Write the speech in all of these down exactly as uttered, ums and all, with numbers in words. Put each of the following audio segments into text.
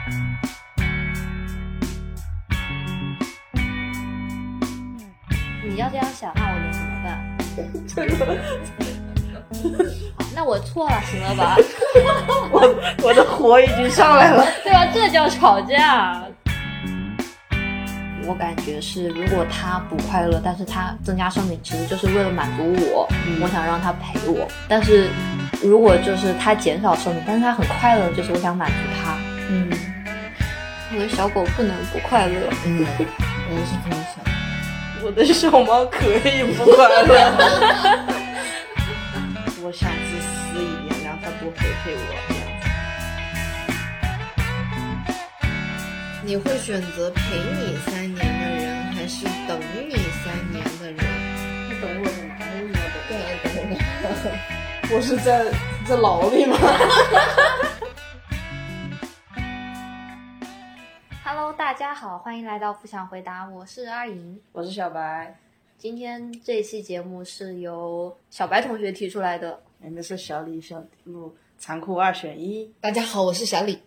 你要这样想，那我能怎么办？ 这个那我错了，行了吧？ 我我的火已经上来了。 对吧？这叫吵架。我感觉是，如果他不快乐，但是他增加生命，其实就是为了满足我，嗯、我想让他陪我。但是如果就是他减少生命，但是他很快乐，就是我想满足他。 嗯， 我的小狗不能不快乐。 嗯，我也是这么想。我的小猫可以不快乐。我想自私一点，让它多陪陪我这样子。 你会选择陪你三年的人，还是等你三年的人？ 他等我什么？他为什么要等？ 对，等我。我是在在牢里吗 ？Hello， 大家好，欢迎来到不想回答，我是阿莹， 我是小白。 今天这期节目是由小白同学提出来的。 哎，那是小李小鹿残酷二选一。 大家好，我是小李。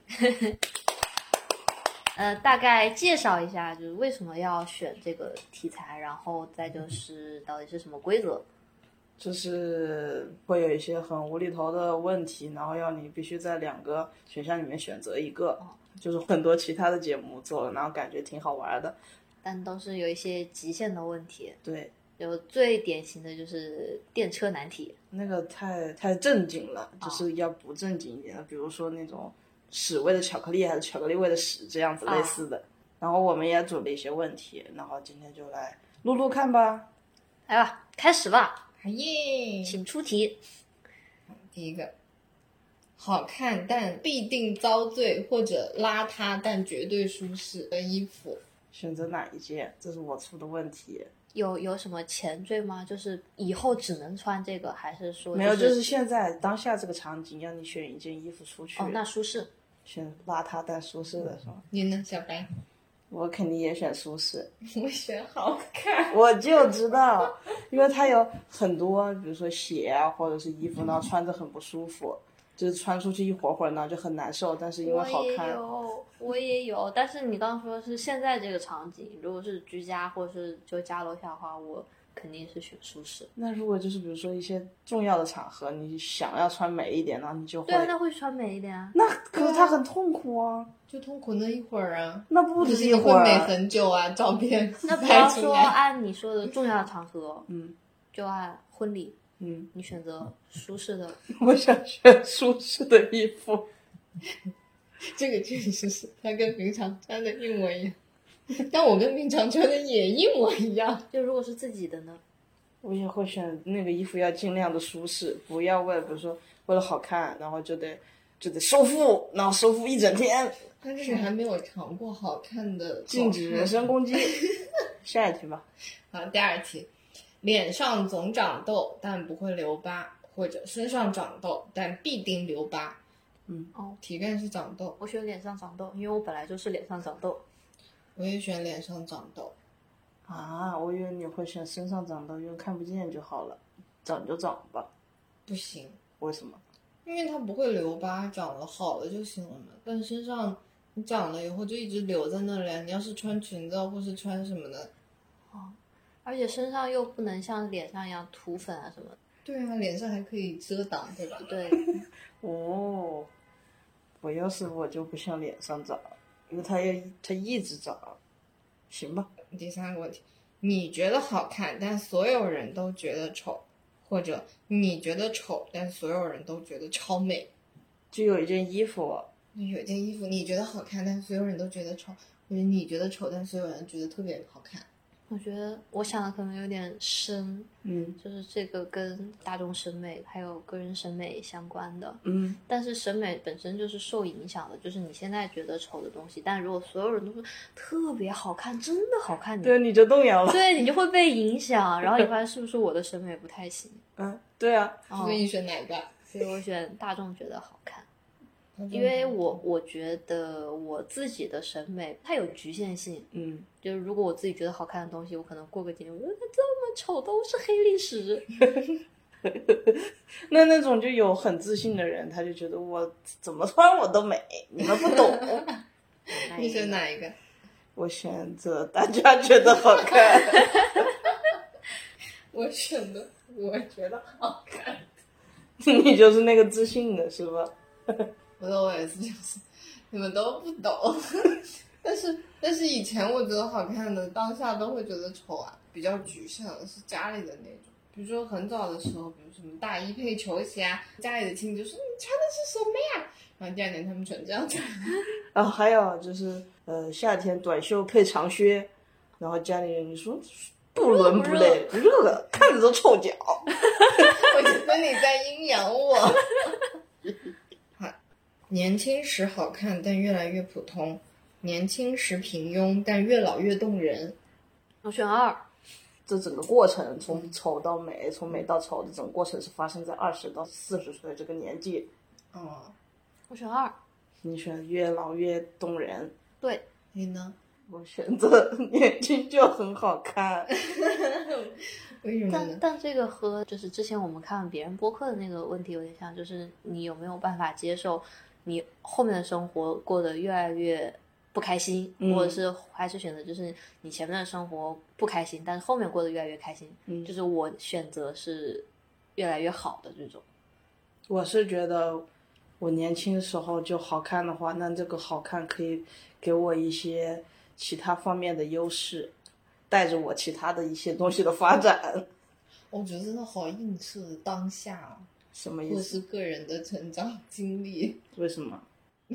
呃，大概介绍一下，就是为什么要选这个题材，然后再就是到底是什么规则。 就是会有一些很无厘头的问题，然后要你必须在两个选项里面选择一个，哦、就是很多其他的节目做了，然后感觉挺好玩的， 但都是有一些极限的问题。 对， 有最典型的就是电车难题， 那个太太正经了，就是要不正经一点的，比如说那种屎味的巧克力还是巧克力味的屎这样子类似的。然后我们也准备一些问题，然后今天就来录录看吧。 来吧，开始吧。 耶！ 请出题。 第一个，好看但必定遭罪，或者邋遢但绝对舒适的衣服， 选择哪一件？这是我出的问题。 有有什么前缀吗？就是以后只能穿这个，还是说、就是、 没有？就是现在当下这个场景，让你选一件衣服出去。 哦，那舒适。 选邋遢但舒适的是吗？ 你呢，小白？ 我肯定也选舒适。 我选好看。 我就知道，因为它有很多，比如说鞋啊，或者是衣服，然后穿着很不舒服，就是穿出去一会儿会儿，然后就很难受。但是因为好看， 我也有，我也有。但是你刚刚说是现在这个场景，如果是居家或者是就家楼下的话，我肯定是选舒适。 那如果就是比如说一些重要的场合，你想要穿美一点，然后你就会。 对啊，那会穿美一点啊。 那可是它很痛苦啊。 就痛苦那一会儿啊。 那不止一会儿。 会美很久啊，照片。 那不要说按你说的重要的场合， 嗯， 就按婚礼， 嗯， 你选择舒适的。 我想选舒适的衣服。 这个确实是，它跟平常穿的一模一样。但我跟平常穿的也一模一样。 就如果是自己的呢？ 我也会选那个衣服要尽量的舒适，不要为了比如说为了好看，然后就得就得收腹，然后收腹一整天。 他这是还没有尝过好看的。 禁止人身攻击。下一题吧。 好，第二题，脸上总长痘但不会留疤，或者身上长痘但必定留疤。 嗯， 哦，题干是长痘。 我选脸上长痘，因为我本来就是脸上长痘。 我也选脸上长痘。 啊，我以为你会选身上长痘，因为看不见就好了，长就长吧。 不行。 为什么？ 因为它不会留疤，长了好了就行了嘛。但身上你长了以后就一直留在那里，你要是穿裙子或是穿什么的， 哦，而且身上又不能像脸上一样涂粉啊什么的。 对啊，脸上还可以遮挡，对吧？ 对。 哦，我要是我就不向脸上长，因为它要它一直长。行吧。 第三个问题，你觉得好看但所有人都觉得丑，或者你觉得丑但所有人都觉得超美。 就有一件衣服， 有一件衣服你觉得好看但所有人都觉得丑，或者你觉得丑但所有人觉得特别好看。 我觉得我想的可能有点深， 嗯， 就是这个跟大众审美还有个人审美相关的， 嗯， 但是审美本身就是受影响的，就是你现在觉得丑的东西，但如果所有人都说特别好看，真的好看，你对你就动摇了， 对你就会被影响，然后你发现是不是我的审美不太行？ 嗯，对啊， 所以你选哪个？ 所以我选大众觉得好看。因为我我觉得我自己的审美它有局限性， 嗯， 就是如果我自己觉得好看的东西，我可能过个几年，我觉得这么丑都是黑历史。 那那种就有很自信的人，他就觉得我怎么穿我都美，你们不懂。 哪一个？ 你选哪一个？ 我选择大家觉得好看。 我选的我觉得好看。 你就是那个自信的是吧？ 我的 O S 就是你们都不懂。但是但是以前我觉得好看的，当下都会觉得丑啊，比较局限的是家里的那种。比如说很早的时候，比如什么大衣配球鞋啊，家里的亲戚就说你穿的是什么呀？然后第二年他们全这样穿。 然后还有就是呃夏天短袖配长靴，然后家里人你说不伦不类，热，看着都臭脚。 我觉得你在阴阳我。好，年轻时好看但越来越普通，年轻时平庸但越老越动人。 我选二。 这整个过程从丑到美，从美到丑的整个过程是发生在二十到四十岁这个年纪。 哦， 我选二。 你选越老越动人。 对。 你呢？ 我选择年轻就很好看。 为什么呢？ 但但这个和就是之前我们看别人播客的那个问题有点像，就是你有没有办法接受你后面的生活过得越来越不开心， 嗯、 或者是还是选择就是你前面的生活不开心，但是后面过得越来越开心。 嗯， 就是我选择是越来越好的这种。 我是觉得我年轻时候就好看的话，那这个好看可以给我一些其他方面的优势，带着我其他的一些东西的发展。 我觉得真的好映射当下哦。 什么意思？ 或是个人的成长经历。 为什么？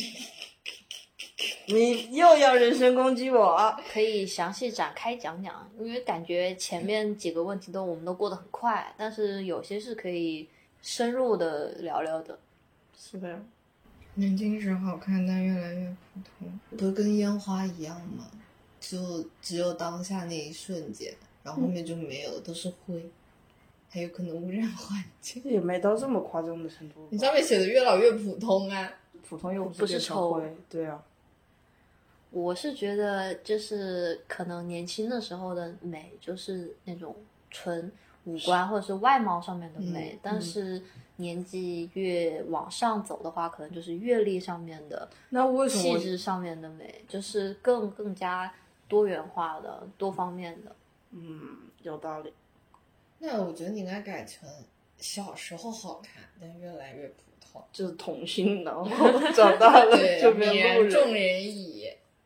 你又要人身攻击我？ 可以详细展开讲讲，因为感觉前面几个问题都我们都过得很快，但是有些是可以深入的聊聊的。 是的。 年轻时好看但越来越普通，不是跟烟花一样吗？就只有当下那一瞬间，然后后面就没有了，都是灰，还有可能污染环境。 也没到这么夸张的程度。 你上面写的越老越普通啊， 普通又不是丑。 对啊。 我是觉得就是可能年轻的时候的美就是那种纯五官或者是外貌上面的美， 嗯、 但是年纪越往上走的话，可能就是阅历上面的， 那为什么气质上面的美，就是更更加多元化的、多方面的。 嗯，有道理。 那我觉得你应该改成小时候好看，但越来越普通， 就是童心，然后长大了就变路人， 众人矣。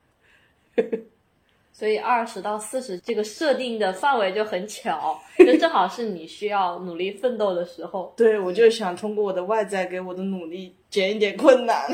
所以二十到四十这个设定的范围就很巧，就正好是你需要努力奋斗的时候。 对，我就想通过我的外在给我的努力减一点困难。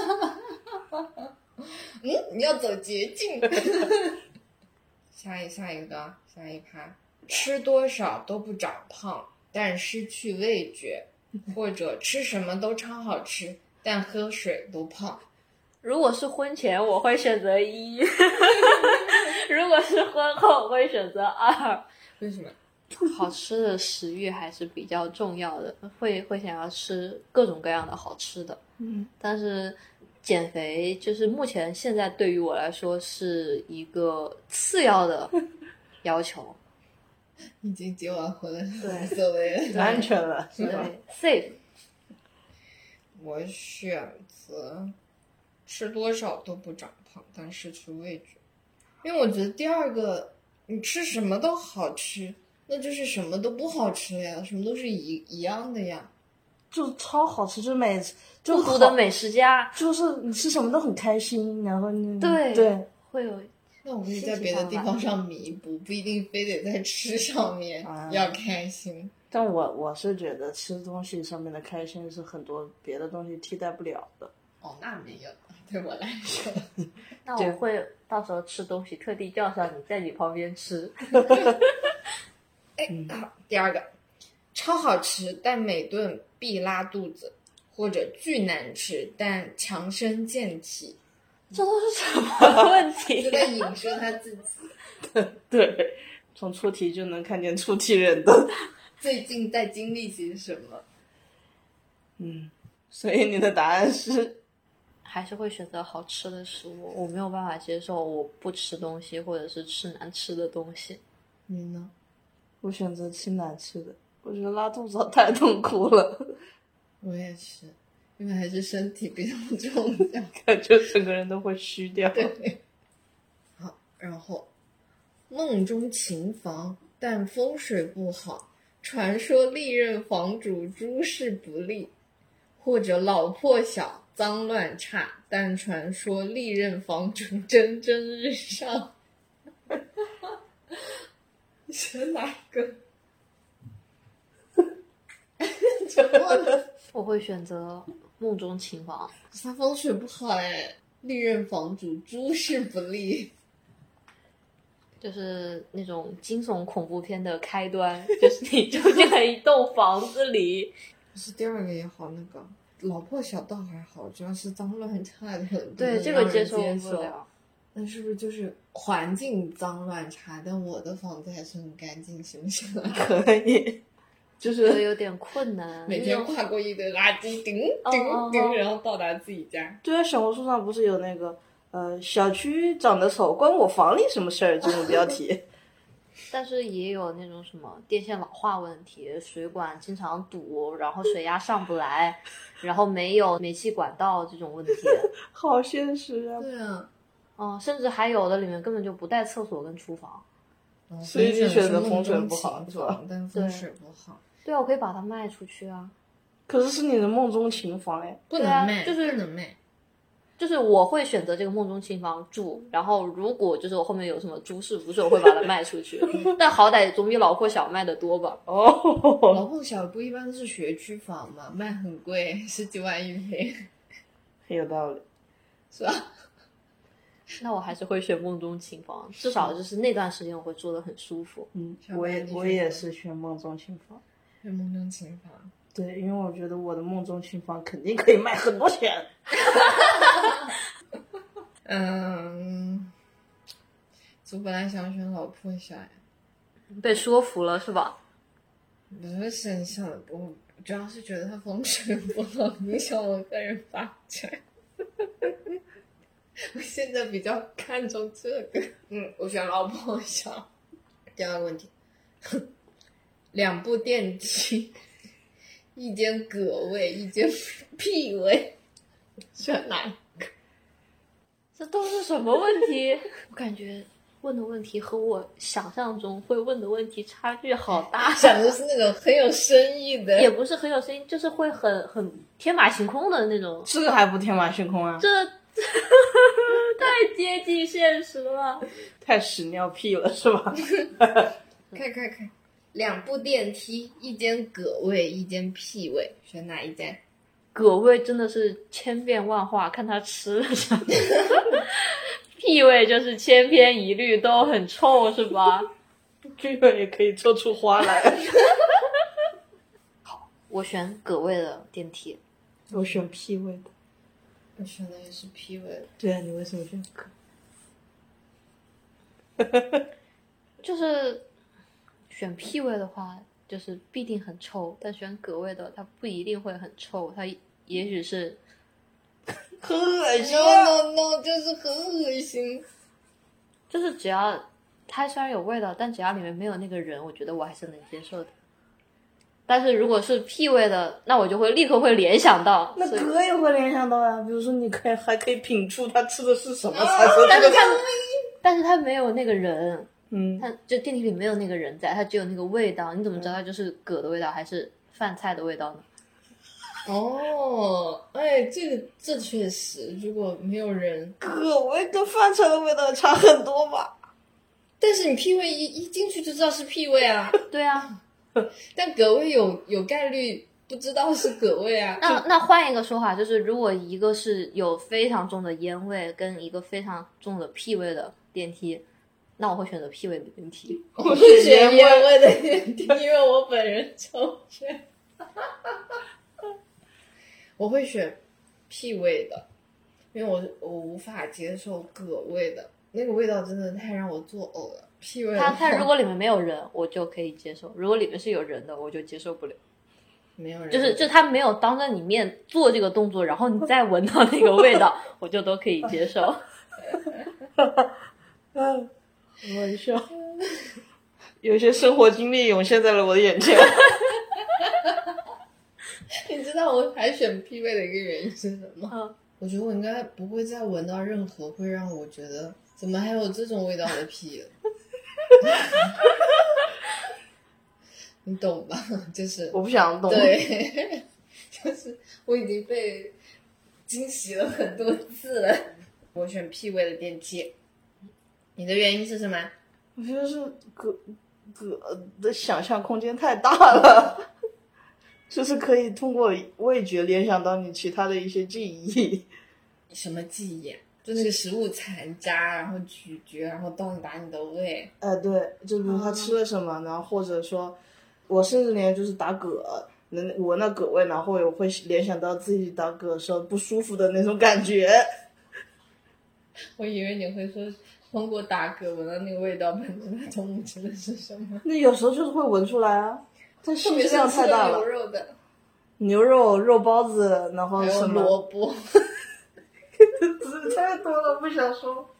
嗯，你要走捷径。下一下一个下一趴，吃多少都不长胖，但失去味觉，或者吃什么都超好吃，但喝水都胖。 如果是婚前我会选择一，如果是婚后我会选择二。 为什么？ 好吃的食欲还是比较重要的，会会想要吃各种各样的好吃的。 嗯， 但是减肥就是目前现在对于我来说是一个次要的要求。 已经结完婚了， 对， 所谓安全了，是吧？ 对 ，safe。 我选择吃多少都不长胖，但失去味觉，因为我觉得第二个，你吃什么都好吃，那就是什么都不好吃了呀，什么都是一一样的呀。 就超好吃，就美，就孤独的美食家， 就是你吃什么都很开心，然后你对对会有。 那我可以在别的地方上弥补，不一定非得在吃上面、啊、要开心。 但我我是觉得吃东西上面的开心是很多别的东西替代不了的。 哦，那没有，对我来说。 那我会到时候吃东西特地叫上你，在你旁边吃。 哎，好，第二个，超好吃但每顿必拉肚子，或者巨难吃但强身健体。 这都是什么问题？ 就在影射他自己。 对，从出题就能看见出题人的最近在经历些什么。 嗯，所以你的答案是？ 还是会选择好吃的食物，我没有办法接受我不吃东西或者是吃难吃的东西。 你呢？ 我选择吃难吃的，我觉得拉肚子太痛苦了。 我也是， 因为还是身体比较重要。 感觉整个人都会虚掉。 对，好，然后梦中琴房，但风水不好，传说历任房主诸事不利，或者老破小，脏乱差，但传说历任房主蒸蒸日上。你选哪个？怎么了？ 我会选择梦中情房。 他风水不好哎，历任房主诸事不利。 就是那种惊悚恐怖片的开端，就是你住进了一栋房子里。 是第二个也好，那个老破小倒还好，主要是脏乱差的很。 对，这个接受接不了。 那是不是就是环境脏乱差，但我的房子还是很干净，行不行啊？ 可以，就是有点困难。 每天跨过一堆垃圾，顶哦顶顶， 哦哦然后到达自己家。 对啊，小红书上不是有那个呃小区长得丑，关我房里什么事儿这种标题？ 但是也有那种什么电线老化问题，水管经常堵，然后水压上不来，然后没有煤气管道这种问题。 好现实啊！ 对啊， 嗯，甚至还有的里面根本就不带厕所跟厨房。 哦所以你选择梦风水中不好是吧情房，但风水不好， 对啊，我可以把它卖出去啊。 可是是你的梦中情房哎， 不能对啊卖， 就是不能卖。 就是我会选择这个梦中情房住，然后如果就是我后面有什么诸事不顺，我会把它卖出去。但好歹总比老破小卖的多吧。 哦， 老破小不一般是学区房嘛，卖很贵，十几万一平， 很有道理。 是吧？ 那我还是会选梦中情房，至少就是那段时间我会住得很舒服。 嗯， 小白我也你选我也是选梦中情房。 是梦中情房。 对，因为我觉得我的梦中情房肯定可以卖很多钱。 嗯，我本来想选老破小呀， 被说服了是吧？ 不是很想，我主要是觉得它风水不好，影响我个人发展。我现在比较看重这个，嗯，我选老破小。第二个问题，两部电梯，一间葛位，一间屁位，选哪一个？ 这都是什么问题？我感觉问的问题和我想象中会问的问题差距好大。 想的是那种很有深意的， 也不是很有声音，就是会很很天马行空的那种。 这个还不天马行空啊？ 这太接近现实了。 太屎尿屁了是吧？ 看看看，两部电梯，一间葛位，一间屁位，选哪一间？ 葛味真的是千变万化，看他吃了什么。屁味就是千篇一律，都很臭，是吧？ 这个也可以做出花来。 好，我选葛味的电梯。 我选屁味的。 我选的也是屁位的。 对啊，你为什么选葛？ 就是选屁味的话，就是必定很臭；但选葛味的，它不一定会很臭，它也许是很恶心 No 啊。 no no，就是很恶心。 就是只要它虽然有味道，但只要里面没有那个人，我觉得我还是能接受的。但是如果是屁味的，那我就会立刻会联想到。 那所以葛也会联想到呀，比如说你可以还可以品出他吃的是什么才说这个。 但是它但是它没有那个人， 嗯， 它就电梯里没有那个人在，它只有那个味道，你怎么知道它就是葛的味道还是饭菜的味道呢？ 哦，哎，这个这确实，如果没有人， 葛味跟饭菜的味道差很多吧？ 但是你屁位一一进去就知道是屁位啊， 对啊， 但葛位有有概率不知道是葛位啊。 那那换一个说法，就是如果一个是有非常重的烟味，跟一个非常重的屁味的电梯，那我会选择屁味的电梯。 我是选烟味的电梯，因为我本人抽烟。我会选屁味的，因为我我无法接受葛味的，那个味道真的太让我作呕了。屁味的它话它如果里面没有人，我就可以接受；如果里面是有人的，我就接受不了。 没有人， 就是就他没有当着你面做这个动作，然后你再闻到那个味道，我就都可以接受。 嗯，好笑。有些生活经历涌现在了我的眼前。 你你知道我还选 P 位的一个原因是什么？ 嗯， 我觉得我应该不会再闻到任何会让我觉得怎么还有这种味道的屁了。你懂吧？就是我不想懂。 对，就是我已经被惊喜了很多次了。我选 P 位的电梯，你的原因是什么？ 我觉得是葛葛的想象空间太大了，就是可以通过味觉联想到你其他的一些记忆。 什么记忆、啊？就那个食物残渣，然后咀嚼，然后到达你的胃。 呃，对，就比如他吃了什么，然后或者说，我甚至连就是打嗝，能闻到嗝味，然后我会联想到自己打嗝的时候不舒服的那种感觉。 我以为你会说通过打嗝闻到那个味道，反正他中午吃的是什么。 那有时候就是会闻出来啊，但信息量太大了。 牛肉的， 牛肉、肉包子，然后还有什么萝卜， 字太多了，不想说。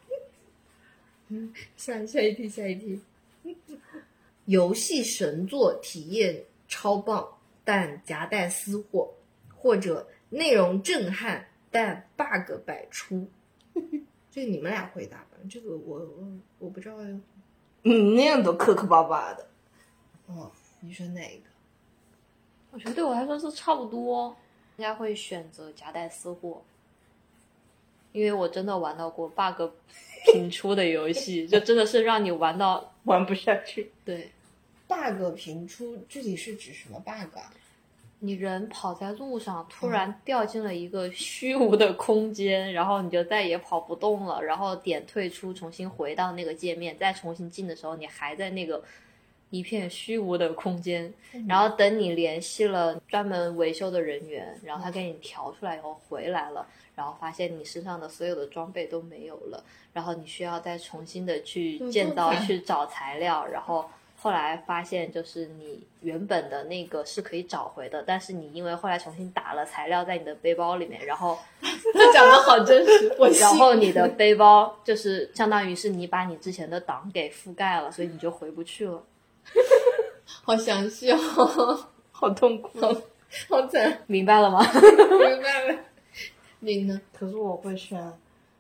下下一题，下一题。游戏神作体验超棒，但夹带私货，或者内容震撼但 bug 百出。这个你们俩回答吧，这个我我我不知道呀。 嗯，那样都磕磕巴巴的。 哦，你说哪一个？ 我觉得对我来说是差不多，应该会选择夹带私货，因为我真的玩到过 bug 频出的游戏，就真的是让你玩到玩不下去。 对。 bug 频出具体是指什么 bug 啊？ 你人跑在路上，突然掉进了一个虚无的空间，然后你就再也跑不动了，然后点退出，重新回到那个界面，再重新进的时候，你还在那个一片虚无的空间，然后等你联系了专门维修的人员，然后他给你调出来以后回来了，然后发现你身上的所有的装备都没有了，然后你需要再重新的去建造，去找材料，然后后来发现就是你原本的那个是可以找回的，但是你因为后来重新打了材料在你的背包里面，然后他讲的好真实，我然后你的背包就是相当于是你把你之前的档给覆盖了，所以你就回不去了。 好详细哦， 好痛苦， 好好惨， 明白了吗？ 明白了。你呢？ 可是我会选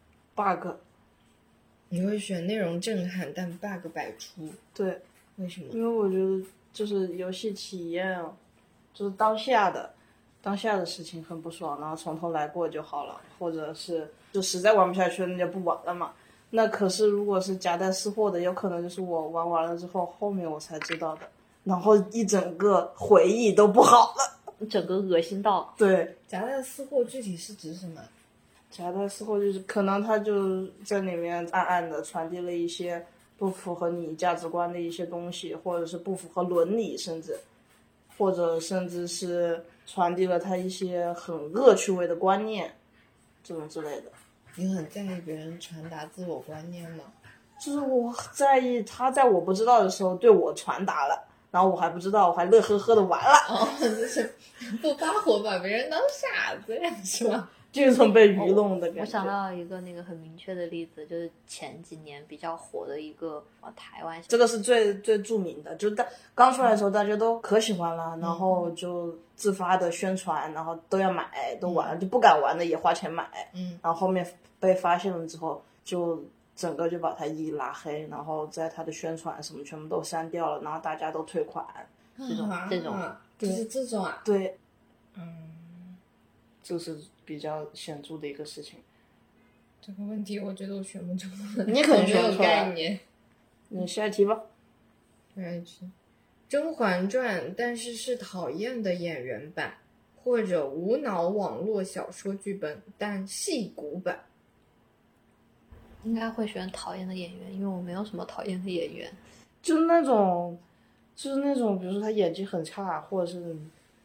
bug。 你会选内容震撼但 bug 百出？ 对， 为什么？ 因为我觉得就是游戏体验，就是当下的当下的事情很不爽，然后从头来过就好了，或者是就实在玩不下去了，那就不玩了嘛。那可是如果是夹带私货的，有可能就是我玩完了之后，后面我才知道的，然后一整个回忆都不好了， 整个恶心到。 对， 夹带私货具体是指什么？ 夹带私货就是可能他就在里面暗暗的传递了一些不符合你价值观的一些东西，或者是不符合伦理，甚至或者甚至是传递了他一些很恶趣味的观念，这种之类的。 你很在意别人传达自我观念吗？ 就是我在意他在我不知道的时候对我传达了，然后我还不知道，我还乐呵呵的玩了。 哦，就是不发火把别人当傻子呀，是吧？ 这种被愚弄的感觉。 我想到一个那个很明确的例子，就是前几年比较火的一个呃台湾， 这个是最最著名的，就是大刚出来的时候大家都可喜欢了，然后就自发的宣传，然后都要买都玩，就不敢玩的也花钱买， 嗯， 然后后面被发现了之后，就整个就把他一拉黑，然后在他的宣传什么全部都删掉了，然后大家都退款，这种、 啊、 这种就是这种啊， 对， 嗯， 这是比较显著的一个事情。 这个问题我觉得我选不出， 你可能没有选不出来概念。 你下一题吧。 下一题，《甄嬛传》但是是讨厌的演员版，或者无脑网络小说剧本但戏骨版。 应该会选讨厌的演员，因为我没有什么讨厌的演员。 就是那种，就是那种，比如说他演技很差，或者是，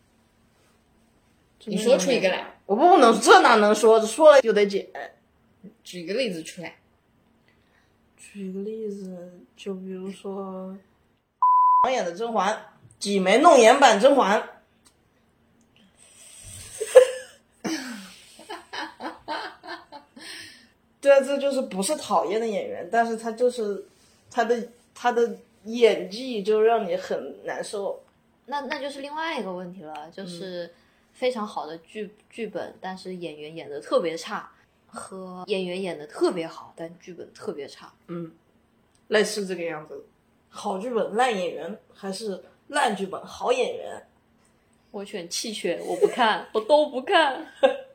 你说出一个来， 我不能，这哪能说？说了就得剪。 举一个例子出来。 举个例子，就比如说，演的甄嬛，挤眉弄眼版甄嬛。对啊，这就是不是讨厌的演员，但是他就是他的他的演技就让你很难受。 那那就是另外一个问题了，就是、 非常好的剧剧本，但是演员演的特别差，和演员演的特别好，但剧本特别差。 嗯，类似这个样子。好剧本烂演员，还是烂剧本好演员？ 我选弃权，我不看，我都不看。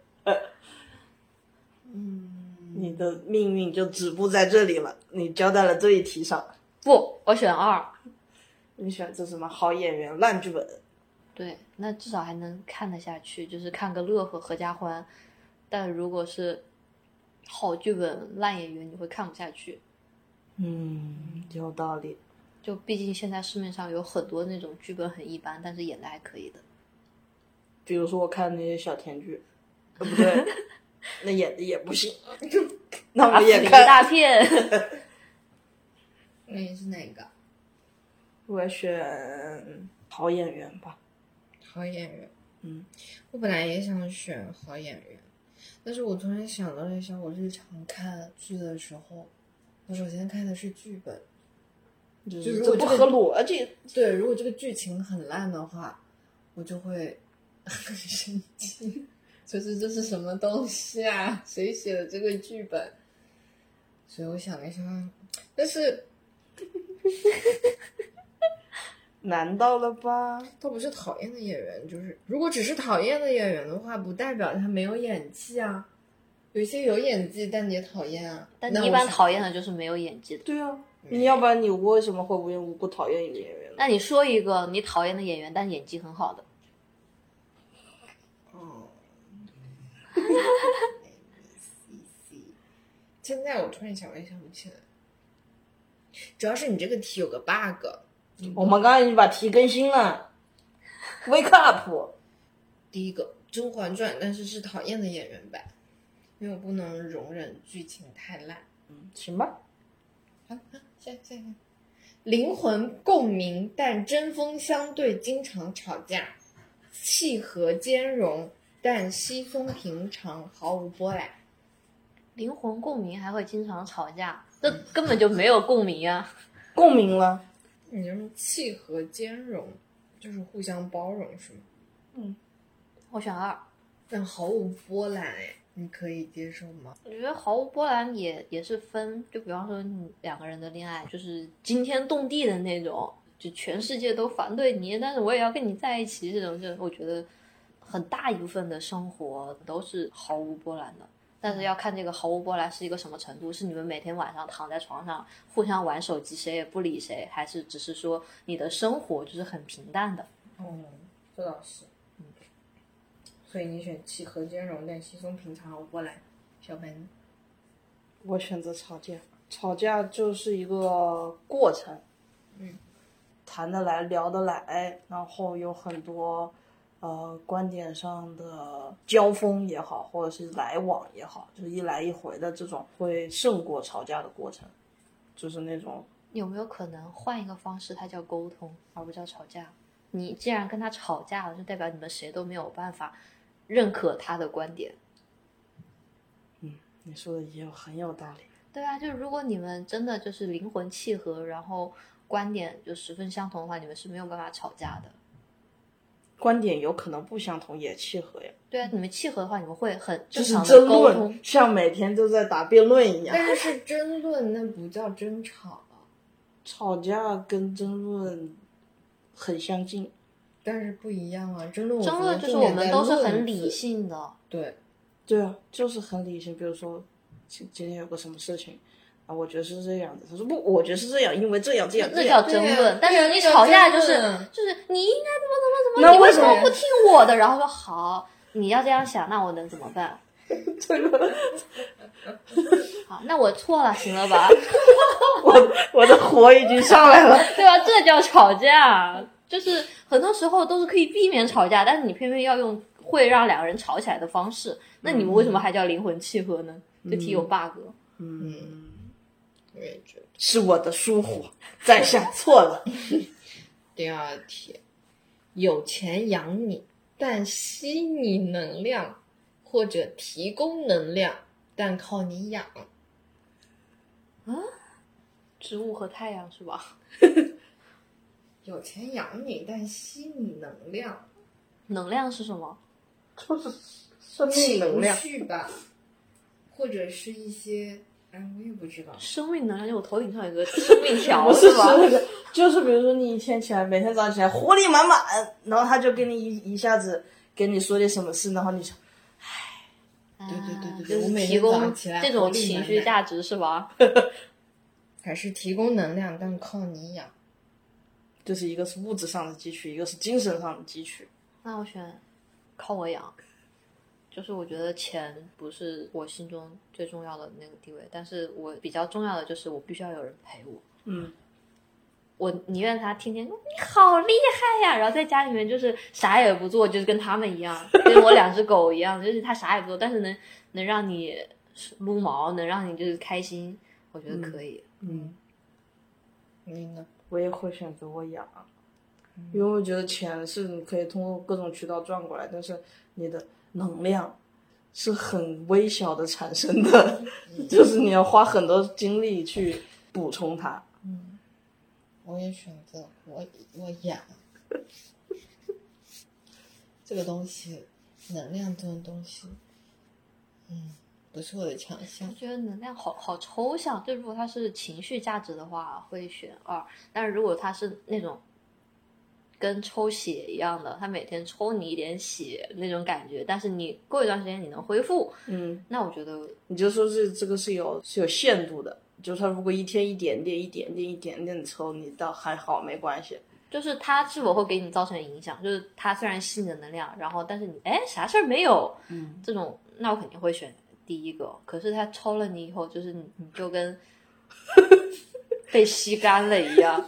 嗯，你的命运就止步在这里了，你交代了这一题上。 不，我选二。 你选这什么好演员烂剧本？ 对，那至少还能看得下去，就是看个乐呵合家欢。但如果是好剧本烂演员，你会看不下去。 嗯，有道理。 就毕竟现在市面上有很多那种剧本很一般，但是演的还可以的。 比如说我看那些小甜剧，呃不对，那演的也不行，那我也看一大片。 那你是哪个？ 我选好演员吧。 好演员。 嗯， 我本来也想选好演员，但是我突然想到了一下，我日常看剧的时候，我首先看的是剧本， 就如果这个不合逻辑。 对，如果这个剧情很烂的话，我就会很生气，就是这是什么东西啊？谁写的这个剧本？所以我想一下，但是难到了吧？ 他不是讨厌的演员，就是如果只是讨厌的演员的话，不代表他没有演技啊。有一些有演技，但你也讨厌啊。 但你一般讨厌的就是没有演技的。 对啊，你要不然你为什么会无缘无故讨厌一个演员呢？ 那你说一个你讨厌的演员，但演技很好的。 哦，现在我突然想也想不起来，主要是你这个题有个 bug。 我们刚刚已经把题更新了 ，Wake up！ 第一个《甄嬛传》，但是是讨厌的演员版，因为我不能容忍剧情太烂。 嗯，行吧。 好，好，下下下。灵魂共鸣，但针锋相对，经常吵架；契合兼容，但稀松平常，毫无波澜。 灵魂共鸣还会经常吵架，这根本就没有共鸣啊！ 共鸣了。 你就是契合兼容，就是互相包容，是吗？ 嗯， 我选二。 但毫无波澜，哎，你可以接受吗？ 我觉得毫无波澜也也是分，就比方说你两个人的恋爱，就是惊天动地的那种，就全世界都反对你，但是我也要跟你在一起，这种就我觉得很大一部分的生活都是毫无波澜的。但是要看这个毫无波澜是一个什么程度，是你们每天晚上躺在床上互相玩手机，谁也不理谁，还是只是说你的生活就是很平淡的？ 哦，这倒是。嗯，所以你选契合兼容但稀松平常毫无波澜。小白呢？ 我选择吵架，吵架就是一个过程， 嗯， 谈得来，聊得来，然后有很多呃观点上的交锋也好，或者是来往也好，就是一来一回的这种，会胜过吵架的过程，就是那种。 有没有可能换一个方式，它叫沟通，而不叫吵架？你既然跟他吵架了，就代表你们谁都没有办法认可他的观点。 嗯，你说的也有很有道理。 对啊，就如果你们真的就是灵魂契合，然后观点就十分相同的话，你们是没有办法吵架的。 观点有可能不相同也契合呀。 对啊，你们契合的话，你们会很正就是常的争沟通。 论，像每天都在打辩论一样。 但是争论那不叫争吵啊， 吵架跟争论很相近， 但是不一样啊。争论， 争论就是我们都是很理性的。 对， 对啊，就是很理性。比如说今今天有个什么事情啊，我觉得是这样的，他说不，我觉得是这样，因为这样这样那这样。 叫争论。 对但是你对吵架就是叫争论就是你应该怎么怎么怎么， 那为什么你为什么不听我的？然后说好，你要这样想，那我能怎么办？ 这个好，那我错了，行了吧？ 我我的火已经上来了。 对吧？这叫吵架，就是很多时候都是可以避免吵架，但是你偏偏要用会让两个人吵起来的方式，那你们为什么还叫灵魂契合呢？这题有 bug。 嗯， 我也觉得。 是我的疏忽，在下错了。 第二题，有钱养你，但吸你能量，或者提供能量，但靠你养。 植物和太阳是吧？ 有钱养你，但吸你能量。 能量是什么？ 就是生命能量情绪吧，或者是一些，哎，我也不知道。 生命能量就我头顶上有个生命条不是吧？ 是就是比如说你一天起来，每天早上起来活力满满，然后他就跟你一一下子跟你说点什么事，然后你就， 对对对对对， 就是我每天早提供上起来这种活力情满满绪价值是吧？ 还是提供能量，但靠你养。 就是一个是物质上的汲取，一个是精神上的汲取。 那我选靠我养，就是我觉得钱不是我心中最重要的那个地位，但是我比较重要的就是我必须要有人陪我。 嗯， 我宁愿他天天你好厉害呀，然后在家里面就是啥也不做，就是跟他们一样，跟我两只狗一样，就是他啥也不做，但是能能让你撸毛，能让你就是开心，我觉得可以。 嗯， 你呢？ 我也会选择我养，因为我觉得钱是你可以通过各种渠道赚过来，但是你的能量是很微小的产生的，就是你要花很多精力去补充它。 嗯，我也选择我我养。这个东西，能量这种东西，嗯，不是我的强项我。觉得能量好好抽象，就如果它是情绪价值的话，会选二；但是如果它是那种跟抽血一样的，它每天抽你一点血那种感觉，但是你过一段时间你能恢复， 嗯， 那我觉得你就说是这个是有是有限度的，就是它如果一天一点点、一点点、一点点的抽，你倒还好没关系。 就是它是否会给你造成影响，就是它虽然吸你的能量，然后但是你哎啥事儿没有， 嗯， 这种那我肯定会选第一个。可是它抽了你以后，就是你你就跟被吸干了一样。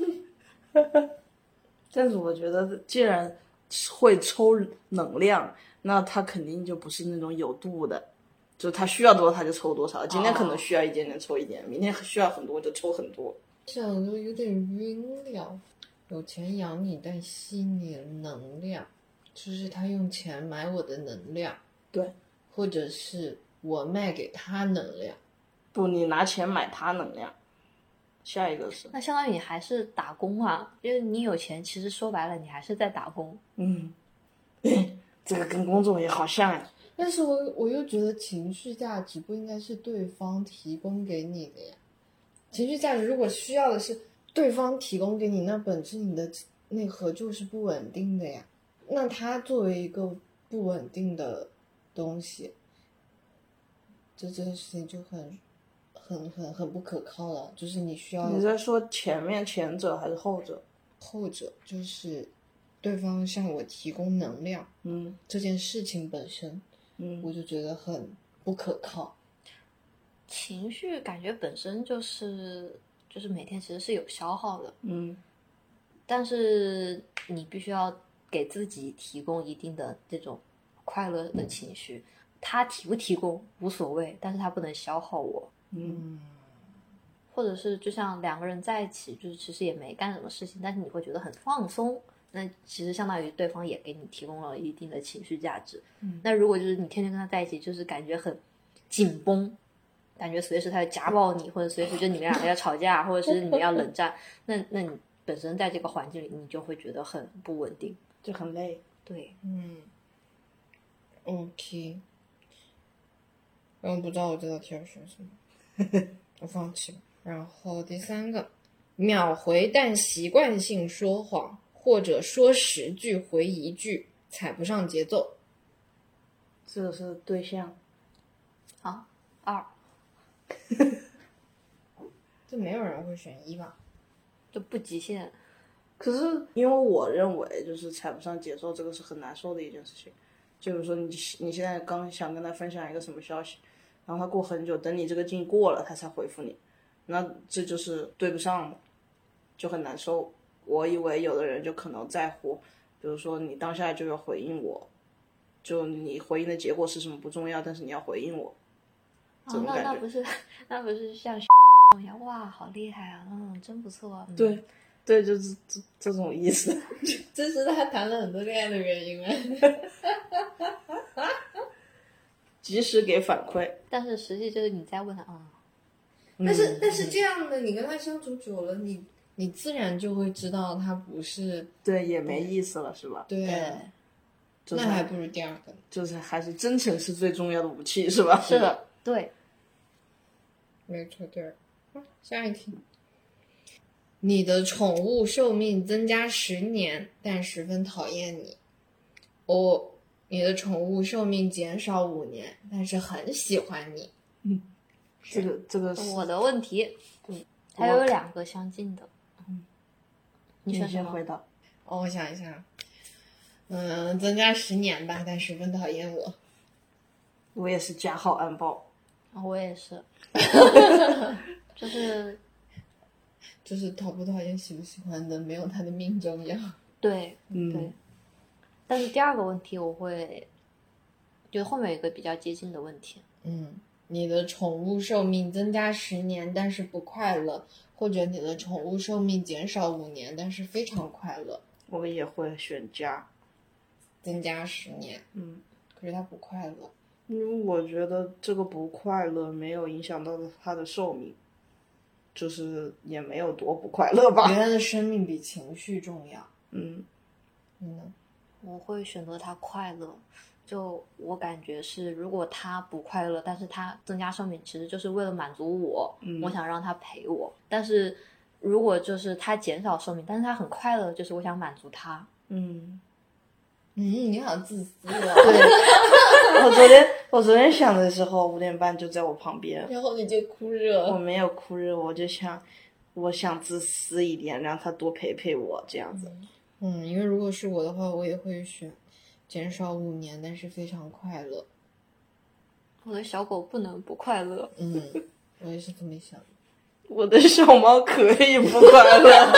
但是我觉得，既然会抽能量，那它肯定就不是那种有度的，就它需要多少它就抽多少。今天可能需要一点点抽一点，明天需要很多就抽很多。 这样就有点晕了。有钱养你，但吸你的能量，就是他用钱买我的能量， 对， 或者是我卖给他能量。 不，你拿钱买他能量。下一个是， 那相当于你还是打工啊，因为你有钱，其实说白了你还是在打工。 嗯，这个跟工作也好像呀。 但是我我又觉得情绪价值不应该是对方提供给你的呀。情绪价值如果需要的是对方提供给你，那本质你的内核就是不稳定的呀。那他作为一个不稳定的东西，这这个事情就很很很很不可靠了。就是你需要你在说前面前者还是后者？ 后者，就是对方向我提供能量， 嗯， 这件事情本身， 嗯， 我就觉得很不可靠。 情绪感觉本身就是就是每天其实是有消耗的， 嗯， 但是你必须要给自己提供一定的这种快乐的情绪，他提不提供无所谓，但是他不能消耗我。 嗯， 或者是就像两个人在一起，就是其实也没干什么事情，但是你会觉得很放松，那其实相当于对方也给你提供了一定的情绪价值。 嗯， 那如果就是你天天跟他在一起，就是感觉很紧绷，感觉随时他要家暴你，或者随时就你们两个要吵架，或者是你们要冷战，那那你本身在这个环境里，你就会觉得很不稳定， 就很累。 对， 嗯 ，OK，我不知道我这道题要选什么，我放弃了。然后第三个，秒回但习惯性说谎，或者说十句回一句，踩不上节奏。 这个是对象。 好，二这没有人会选一吧？ 就不极限。 可是因为我认为，就是踩不上节奏，这个是很难受的一件事情。就比如说你你现在刚想跟他分享一个什么消息，然后他过很久，等你这个劲过了，他才回复你，那这就是对不上的，就很难受。我以为有的人就可能在乎，比如说你当下就要回应我，就你回应的结果是什么不重要，但是你要回应我。这哦，那种感觉那不是那不是像一样哇，好厉害啊，嗯，真不错。嗯、 对，对，就是这这种意思。 这是他谈了很多恋爱的原因啊。 及时给反馈， 但是实际就是你在问他啊、 嗯、 但是但是这样的，你跟他相处久了，你你自然就会知道他不是对，也没意思了，是吧？ 对。 对， 就是那还不如第二个呢。 就是还是真诚是最重要的武器，是吧？ 是的，对。 没错，对。好，下一题。你的宠物寿命增加十年，但十分讨厌你。哦，你的宠物寿命减少五年，但是很喜欢你。 嗯，这个这个是我的问题，嗯，还有两个相近的，嗯，你选什么？ 先回答。 哦，我想一下，嗯，增加十年吧，但十分讨厌我。 我也是加号安保。 我也是，就是就是讨不讨厌、喜不喜欢的，没有他的命重要。 对， 嗯， 对。但是第二个问题我会，就后面有一个比较接近的问题。 嗯，你的宠物寿命增加十年，但是不快乐，或者你的宠物寿命减少五年，但是非常快乐。 我也会选加， 增加十年， 嗯， 可是它不快乐。 因为我觉得这个不快乐没有影响到它的寿命，就是也没有多不快乐吧。 原来的生命比情绪重要。 嗯， 你呢？ 我会选择他快乐，就我感觉是，如果他不快乐，但是他增加寿命，其实就是为了满足我， 嗯、 我想让他陪我。但是如果就是他减少寿命，但是他很快乐，就是我想满足他。 嗯嗯，你好自私哦。 对，我昨天我昨天想的时候，五点半就在我旁边， 然后你就哭热。 我没有哭热，我就想，我想自私一点，让他多陪陪我这样子。 嗯，因为如果是我的话，我也会选减少五年，但是非常快乐。 我的小狗不能不快乐。 嗯，我也是这么想的。 我的小猫可以不快乐。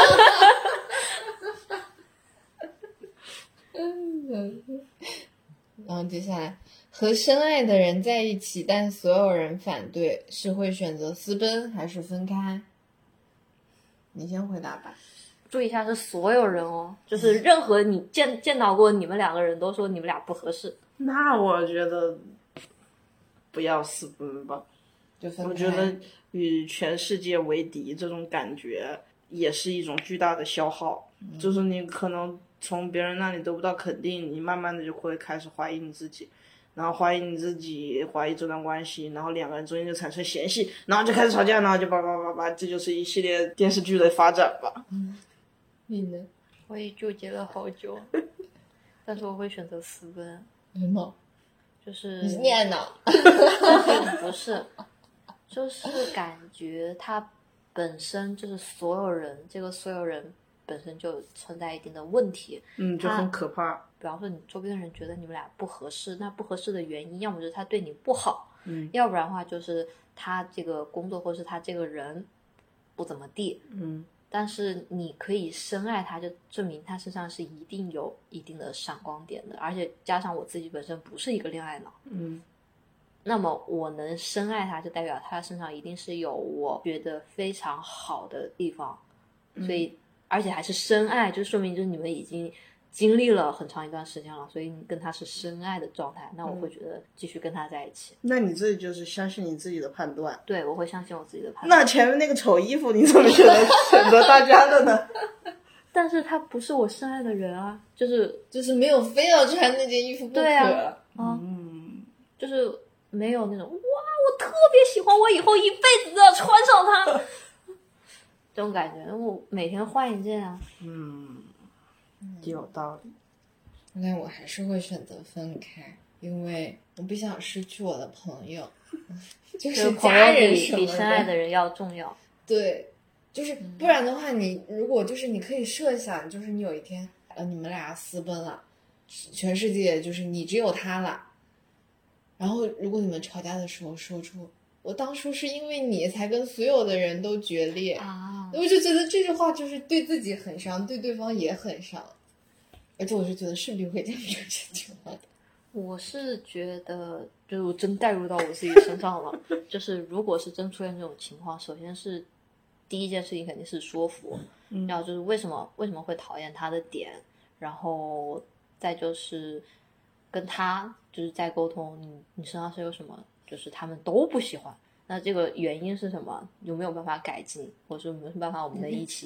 嗯，然后接下来，和深爱的人在一起，但所有人反对，是会选择私奔还是分开？你先回答吧。 注意一下，是所有人哦，就是任何你见见到过你们两个人都说你们俩不合适。 那我觉得不要私奔吧。 就分开。 我觉得与全世界为敌这种感觉也是一种巨大的消耗，嗯、就是你可能从别人那里得不到肯定，你慢慢的就会开始怀疑你自己，然后怀疑你自己，怀疑这段关系，然后两个人中间就产生嫌隙，然后就开始吵架，然后就叭叭叭叭，这就是一系列电视剧的发展吧。 嗯，你呢？ 我也纠结了好久，但是我会选择私奔。 什么？ 就是你是念呢？ 不是，就是感觉它本身就是所有人，这个所有人本身就存在一定的问题。 嗯，就很可怕。 比方说，你周边的人觉得你们俩不合适，那不合适的原因，要么就是他对你不好， 嗯， 要不然的话就是他这个工作或是他这个人不怎么地， 嗯。 但是你可以深爱他，就证明他身上是一定有一定的闪光点的，而且加上我自己本身不是一个恋爱脑， 嗯， 那么我能深爱他，就代表他身上一定是有我觉得非常好的地方， 嗯、 所以而且还是深爱，就说明就是你们已经经历了很长一段时间了，所以你跟他是深爱的状态，那我会觉得继续跟他在一起。 那你这就是相信你自己的判断。 对，我会相信我自己的判断。 那前面那个丑衣服你怎么选择选择大家的呢？ 但是他不是我深爱的人啊，就是就是没有非要穿那件衣服不可。 对啊，啊嗯， 就是没有那种哇，我特别喜欢，我以后一辈子都要穿上它这种感觉。我每天换一件啊。 嗯，有道理。 那我还是会选择分开，因为我不想失去我的朋友，就是家人什么的， 比深爱的人要重要。 对，就是不然的话，你如果就是你可以设想，就是你有一天呃你们俩私奔了，全世界就是你只有他了，然后如果你们吵架的时候说出我当初是因为你才跟所有的人都决裂啊， 我就觉得这句话就是对自己很伤，对对方也很伤，而且我是觉得势必会这样说这句话的。 我是觉得就是我真带入到我自己身上了就是如果是真出现这种情况，首先是第一件事情肯定是说服， 嗯， 然后就是为什么为什么会讨厌他的点，然后再就是跟他就是在沟通你你身上是有什么就是他们都不喜欢，那这个原因是什么，有没有办法改进，或者说有没有办法我们能一起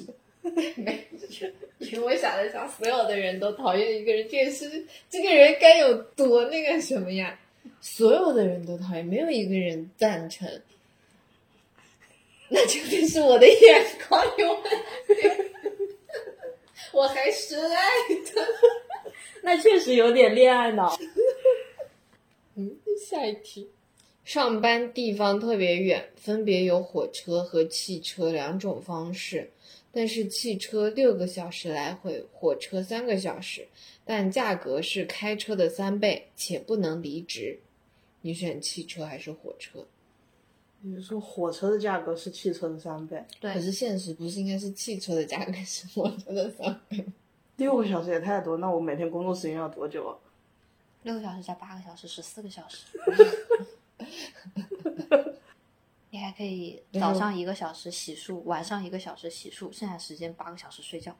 没，因为我想了想，所有的人都讨厌一个人，这个是这个人该有多那个什么呀？所有的人都讨厌，没有一个人赞成，那就得是我的眼光有问题。我还深爱的， 那确实有点恋爱脑。 嗯，下一题。上班地方特别远，分别有火车和汽车两种方式，但是汽车六个小时来回，火车三个小时，但价格是开车的三倍，且不能离职。你选汽车还是火车？ 比如说火车的价格是汽车的三倍， 对可是现实不是应该是汽车的价格是火车的三倍？ 六个小时也太多，那我每天工作时间要多久啊？ 六个小时加八个小时，十四个小时。你还可以早上一个小时洗漱，晚上一个小时洗漱，剩下时间八个小时睡觉。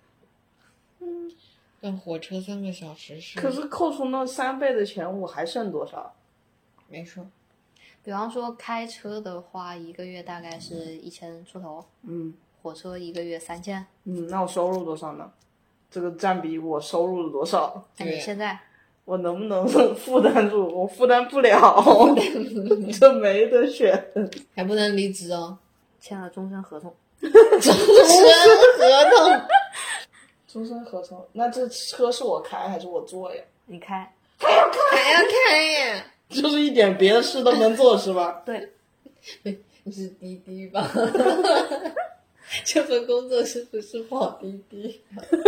但火车三个小时是？ 可是扣除那三倍的钱，我还剩多少？ 没说。 比方说开车的话，一个月大概是一千出头， 嗯火车一个月三千。 嗯，那我收入多少呢？这个占比我收入的多少？ 那你现在我能不能负担住？我负担不了，这没得选。 还不能离职哦， 签了终身合同。 终身合同。 终身合同，那这车是我开还是我坐呀？ 你开？ 还要开呀？ 就是一点别的事都能做是吧？ 对， 你是滴滴吧？这份工作是不是跑滴滴？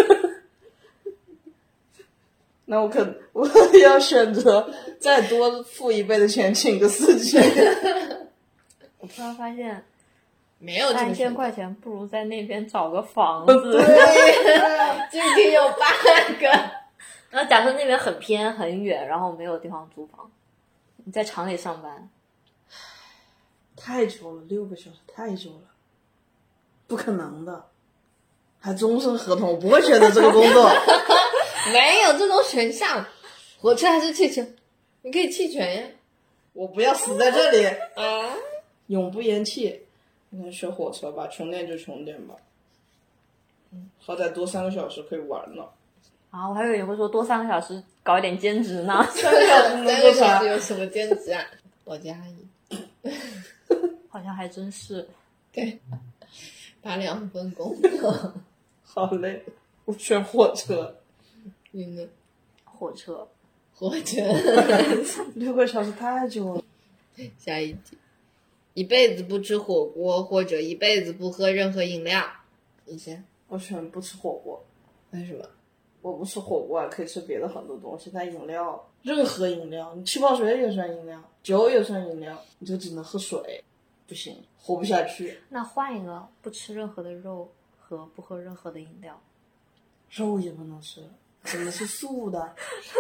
那我可我要选择再多付一倍的钱请个司机。 我突然发现没有这个三千选择块钱不如在那边找个房子。 今天有八个。 然后假设那边很偏很远，然后没有地方租房，你在厂里上班， 太久了，六个小时太久了，不可能的，还终身合同，我不会选择这个工作。 没有这种选项，火车还是汽车？你可以弃权呀。 我不要死在这里， 啊， 永不言弃。那选火车吧，穷点就穷点吧，好歹多三个小时可以玩呢。 啊，我还以为你会说多三个小时搞一点兼职呢。 三个小时能三个小做啥时？有什么兼职啊？我家一好像还真是。 对，打两份工。 好累，我选火车。 你呢？ 火车。 火车。 六个小时太久了。 下一题，一辈子不吃火锅，或者一辈子不喝任何饮料。你先。 我选不吃火锅。 为什么？ 我不吃火锅，可以吃别的很多东西，但饮料，任何饮料，你气泡水也算饮料，酒也算饮料，你就只能喝水，不行，活不下去。 那换一个，不吃任何的肉和不喝任何的饮料。 肉也不能吃，只能是素的。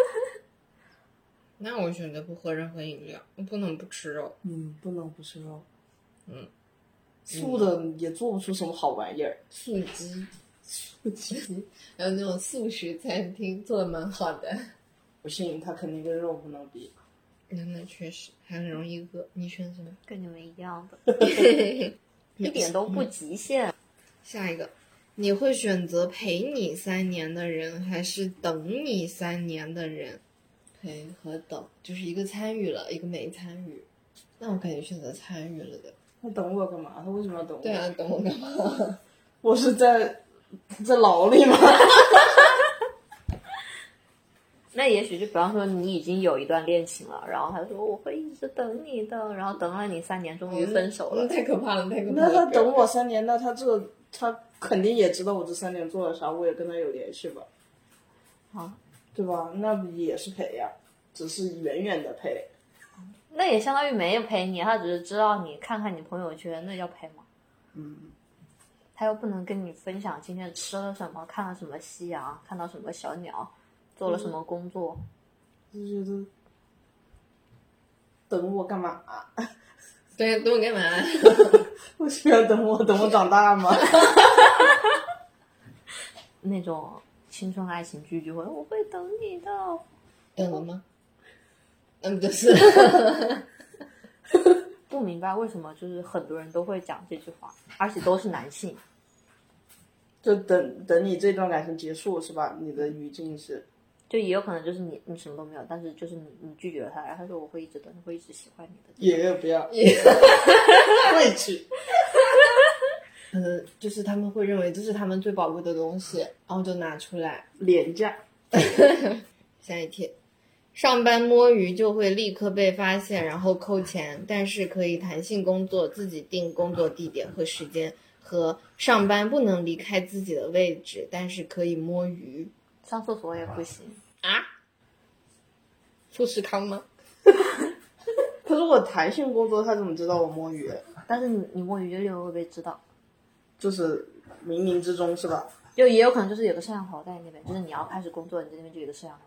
那我选择不喝任何饮料，我不能不吃肉。 嗯，不能不吃肉。 嗯， 素的也做不出什么好玩意儿。 素鸡，素鸡，还有那种素食餐厅做的蛮好的。 不信，它肯定跟肉不能比。 那那确实还很容易饿。你选什么？ 跟你们一样的。一点都不极限。 下一个，你会选择陪你三年的人，还是等你三年的人？陪和等就是一个参与了，一个没参与。那我肯定选择参与了的。 他等我干嘛？他为什么要等我？ 对啊，等我干嘛？ 我是在在牢里吗？ 那也许就比方说你已经有一段恋情了，然后他说我会一直等你的，然后等了你三年，终于分手了。 那太可怕了，太可怕那了。 他等我三年，那他这他肯定也知道我这三年做了啥，我也跟他有联系吧？ 啊， 对吧？那不也是陪呀，只是远远的陪。 那也相当于没有陪你，他只是知道你看看你朋友圈，那叫陪吗？ 嗯， 他又不能跟你分享今天吃了什么，看了什么夕阳，看到什么小鸟，做了什么工作。 就觉得等我干嘛？ 对，等我干嘛？ 为什么要等我？等我长大吗？ 那种青春爱情剧就会，我会等你的。 等了吗？那不就是不明白为什么就是很多人都会讲这句话，而且都是男性。 就等等你这段感情结束是吧？你的语境是， 就也有可能就是你你什么都没有，但是就是你你拒绝了他，然后他说我会一直等，会一直喜欢你的。 也不要，会去。 可能就是他们会认为这是他们最宝贵的东西，然后就拿出来廉价。 下一题，上班摸鱼就会立刻被发现，然后扣钱，但是可以弹性工作，自己定工作地点和时间，和上班不能离开自己的位置，但是可以摸鱼。 上厕所也不行啊？富士康吗？ 可是我弹性工作，他怎么知道我摸鱼？ 但是你你摸鱼就立刻会被知道， 就是冥冥之中是吧？ 就也有可能就是有个摄像头在你那边，就是你要开始工作，你这边就有个摄像头。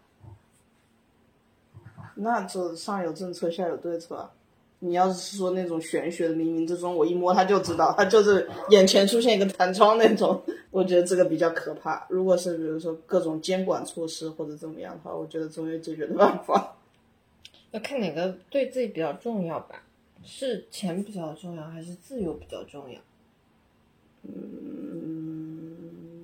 那这上有政策下有对策啊。你要是说那种玄学的冥冥之中，我一摸他就知道，他就是眼前出现一个弹窗那种，我觉得这个比较可怕。如果是比如说各种监管措施或者怎么样的话，我觉得总有解决的办法。 要看哪个对自己比较重要吧，是钱比较重要还是自由比较重要？ 嗯，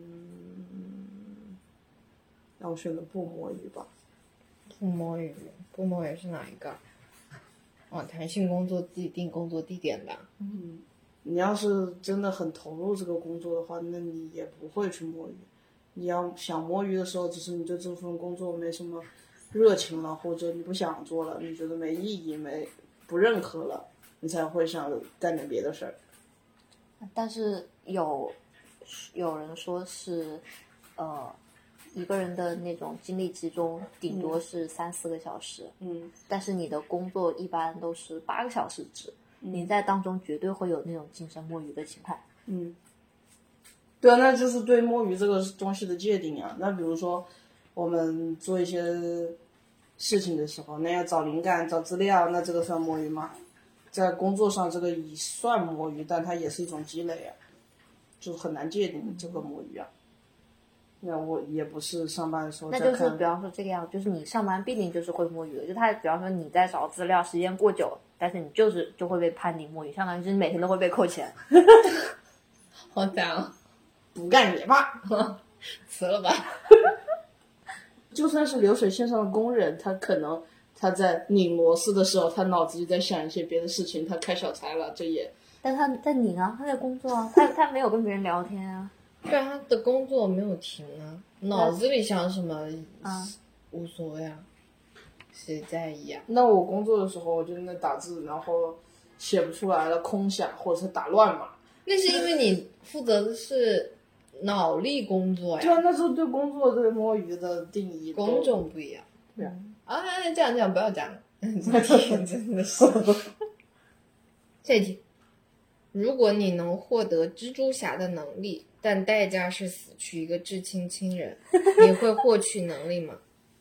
那我选择不摸鱼吧。 不摸鱼，不摸鱼是哪一个？哦，弹性工作自己定工作地点的。 嗯，你要是真的很投入这个工作的话，那你也不会去摸鱼。你要想摸鱼的时候，只是你对这份工作没什么热情了，或者你不想做了，你觉得没意义、没不认可了，你才会想干点别的事儿。 但是有有人说是，呃，一个人的那种精力集中顶多是三四个小时， 嗯， 但是你的工作一般都是八个小时制，你在当中绝对会有那种精神摸鱼的情况。 嗯，对啊，那就是对摸鱼这个东西的界定啊。那比如说我们做一些事情的时候，那要找灵感、找资料，那这个算摸鱼吗？在工作上这个也算摸鱼，但它也是一种积累啊，就是很难界定这个摸鱼啊。那我也不是上班的时候那在看， 就是比方说这个样，就是你上班必定就是会摸鱼的，就他比方说你在找资料，时间过久，但是你就是就会被判定摸鱼，相当于就是每天都会被扣钱。 好惨啊！ 不干也罢。 辞了吧。 就算是流水线上的工人，他可能他在拧螺丝的时候，他脑子里在想一些别的事情，他开小差了，这也。 但他在拧啊，他在工作啊，他他没有跟别人聊天啊。 对啊，他的工作没有停啊，脑子里想什么啊， 无所谓啊，谁在意啊？ 那我工作的时候，我就在那打字，然后写不出来了，空想或者是打乱码。 那是因为你负责的是脑力工作呀。 对啊，那时候对工作对摸鱼的定义都工种不一样。 对啊。 啊，这样这样不要讲了，这题真的是。下一题，如果你能获得蜘蛛侠的能力，但代价是死去一个至亲亲人，你会获取能力吗？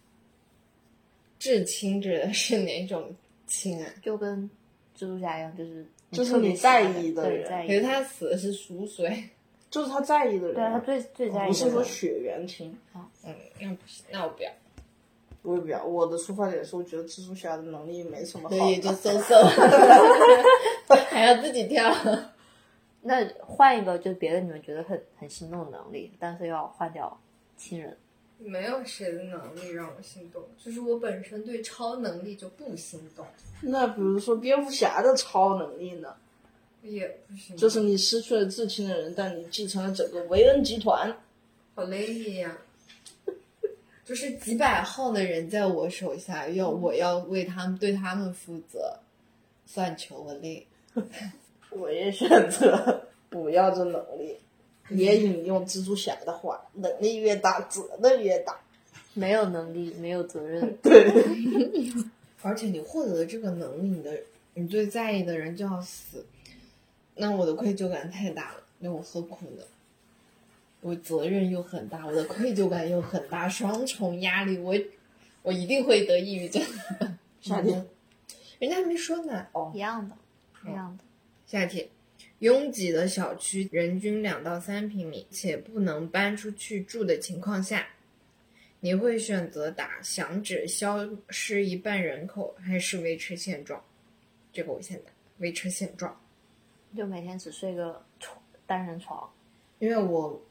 至亲指的是哪种亲啊？ 就跟蜘蛛侠一样，就是就是你在意的人， 对，在意可是他死的是属水。 就是他在意的人， 对啊，他最最在意的人。 不是说血缘亲。 嗯，那不是，那我不要。 我也不要，我的出发点是我觉得蜘蛛侠的能力没什么好的， 所以就搜搜，还要自己跳。 那换一个，就是别的你们觉得很很心动的能力，但是要换掉亲人。 没有谁的能力让我心动，就是我本身对超能力就不心动。 那比如说蝙蝠侠的超能力呢？ 也不行， 就是你失去了至亲的人，但你继承了整个维恩集团。 好累呀！就是几百号的人在我手下，要我要为他们对他们负责，算求我累。 我也选择不要这能力，也引用蜘蛛侠的话：能力越大，责任越大。 没有能力，没有责任。 对。 而且你获得了这个能力，你的你最在意的人就要死，那我的愧疚感太大了，那我何苦呢？我责任又很大，我的愧疚感又很大，双重压力，我我一定会得抑郁症。 夏天， 人家还没说呢。 哦， 一样的，一样的。 下题，拥挤的小区，人均两到三平米，且不能搬出去住的情况下，你会选择打响指消失一半人口，还是维持现状？这个我先打，维持现状。 就每天只睡个床单人床。 因为我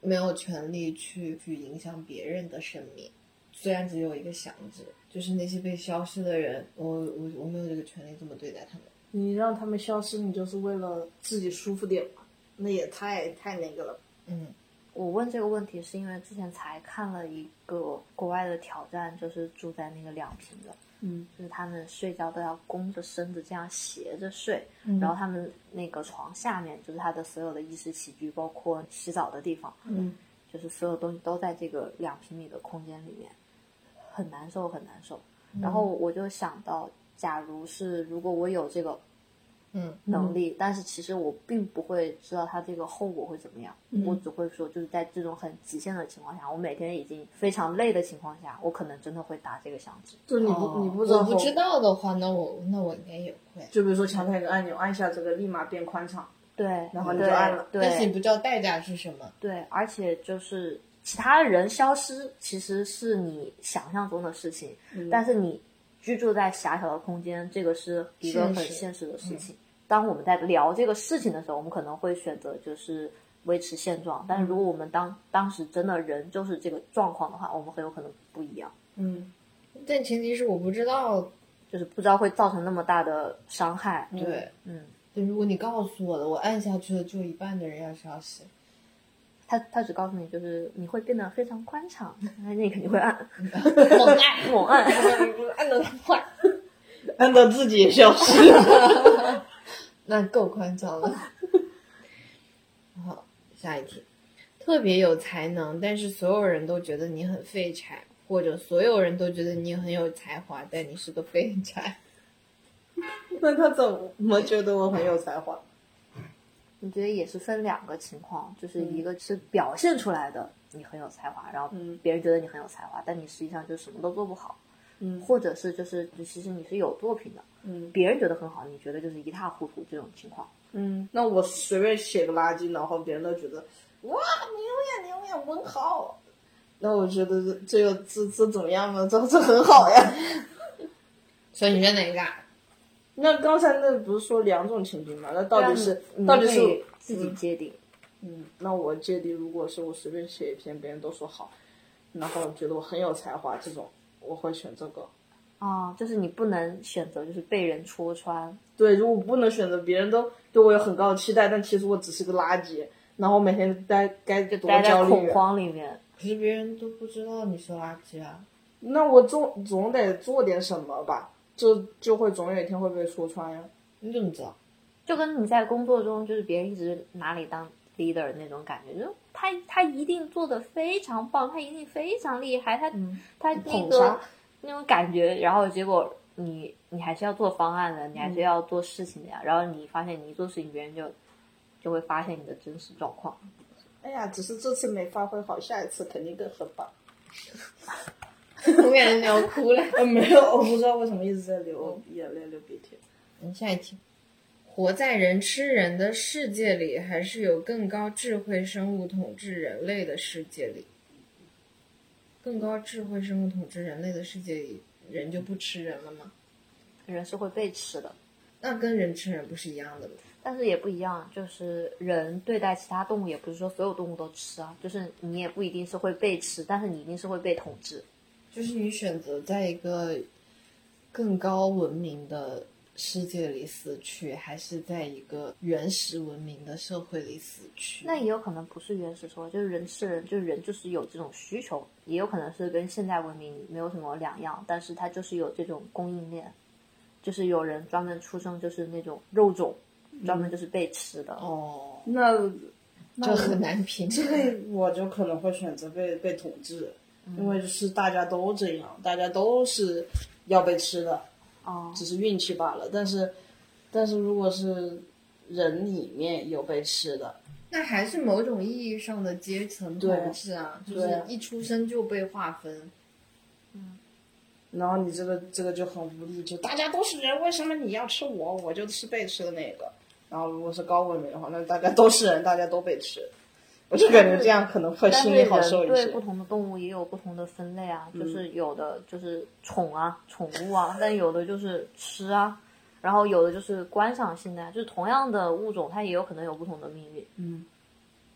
没有权利去去影响别人的生命，虽然只有一个响指，就是那些被消失的人，我我我没有这个权利这么对待他们。 你让他们消失，你就是为了自己舒服点嘛？那也太太那个了。 嗯， 我问这个问题是因为之前才看了一个国外的挑战，就是住在那个两平的， 嗯， 就是他们睡觉都要弓着身子这样斜着睡， 嗯然后他们那个床下面就是他的所有的衣食起居，包括洗澡的地方， 嗯， 就是所有东西都在这个两平米的空间里面，很难受很难受。然后我就想到，假如是如果我有这个嗯能力，嗯、但是其实我并不会知道它这个后果会怎么样， 嗯、 我只会说就是在这种很极限的情况下，我每天已经非常累的情况下，我可能真的会打这个响指。 就你不、 哦、 你不知道， 我不知道的话，那我那我应该也会。 就比如说墙上有个按钮，按下这个立马变宽敞， 对， 然后你就按了。 对， 但是你不知道代价是什么。 对，而且就是其他人消失，其实是你想象中的事情， 嗯、 但是你居住在狭小的空间，这个是一个很现实的事情。嗯、当我们在聊这个事情的时候，我们可能会选择就是维持现状，但是如果我们当当时真的人就是这个状况的话，我们很有可能不一样。 嗯， 但前提是我不知道， 就是不知道会造成那么大的伤害。 对， 嗯， 对，如果你告诉我的，我按下去了，就一半的人要消息。 他他只告诉你，就是你会变得非常宽敞，那你肯定会按， 猛按猛按， 按得太快， 按到自己也消失。 那够宽敞了。好，下一题，特别有才能，但是所有人都觉得你很废柴，或者所有人都觉得你很有才华，但你是个废柴。 那他怎么觉得我很有才华？ 你觉得也是分两个情况，就是一个是表现出来的你很有才华，然后别人觉得你很有才华，但你实际上就什么都做不好。 嗯， 或者是就是其实你是有作品的， 嗯， 别人觉得很好，你觉得就是一塌糊涂这种情况。 嗯，那我随便写个垃圾，然后别人都觉得哇牛呀牛呀文豪，那我觉得这这个这这怎么样呢？这这很好呀。 所以你认哪个？ 那刚才那不是说两种情景吗？那到底是到底是自己界定？ 嗯，那我界定，如果是我随便写一篇，别人都说好，然后觉得我很有才华，这种我会选这个。 哦，就是你不能选择就是被人戳穿。 对，如果不能选择，别人都对我有很高的期待，但其实我只是个垃圾，然后每天待该多待在焦虑， 恐慌里面。 可是别人都不知道你是垃圾啊。 那我总总得做点什么吧，就就会总有一天会被说穿呀。 你怎么知道？ 就跟你在工作中，就是别人一直拿你当 leader 那种感觉，就他他一定做得非常棒，他一定非常厉害，他、 嗯、 他那个那种感觉，然后结果你你还是要做方案的，你还是要做事情的呀，嗯、然后你发现你一做事情，别人就就会发现你的真实状况。 哎呀，只是这次没发挥好，下一次肯定更很棒。 我感觉你要哭了。 呃，没有，我不知道为什么一直在流眼泪、流鼻涕。 嗯，下一题，活在人吃人的世界里，还是有更高智慧生物统治人类的世界里？更高智慧生物统治人类的世界里，人就不吃人了吗？ 人是会被吃的， 那跟人吃人不是一样的吗？ 但是也不一样，就是人对待其他动物，也不是说所有动物都吃啊，就是你也不一定是会被吃，但是你一定是会被统治。 就是你选择在一个更高文明的世界里死去，还是在一个原始文明的社会里死去？ 那也有可能不是原始社会，就是人吃人，就是人就是有这种需求，也有可能是跟现代文明没有什么两样，但是它就是有这种供应链，就是有人专门出生就是那种肉种，专门就是被吃的。 哦， 那就很难评。 这个我就可能会选择被被统治。因为是大家都这样，大家都是要被吃的， 哦， 只是运气罢了。但是，但是如果是人里面有被吃的， 那还是某种意义上的阶层统治啊，就是一出生就被划分。 嗯，然后你这个这个就很无力，就大家都是人，为什么你要吃我？我就吃被吃的那个。然后如果是高文明的话，那大家都是人，大家都被吃。我就感觉这样可能会心里好受一些。 对不同的动物也有不同的分类啊，就是有的就是宠啊、宠物啊，但有的就是吃啊，然后有的就是观赏性的，就是同样的物种，它也有可能有不同的命运。 嗯，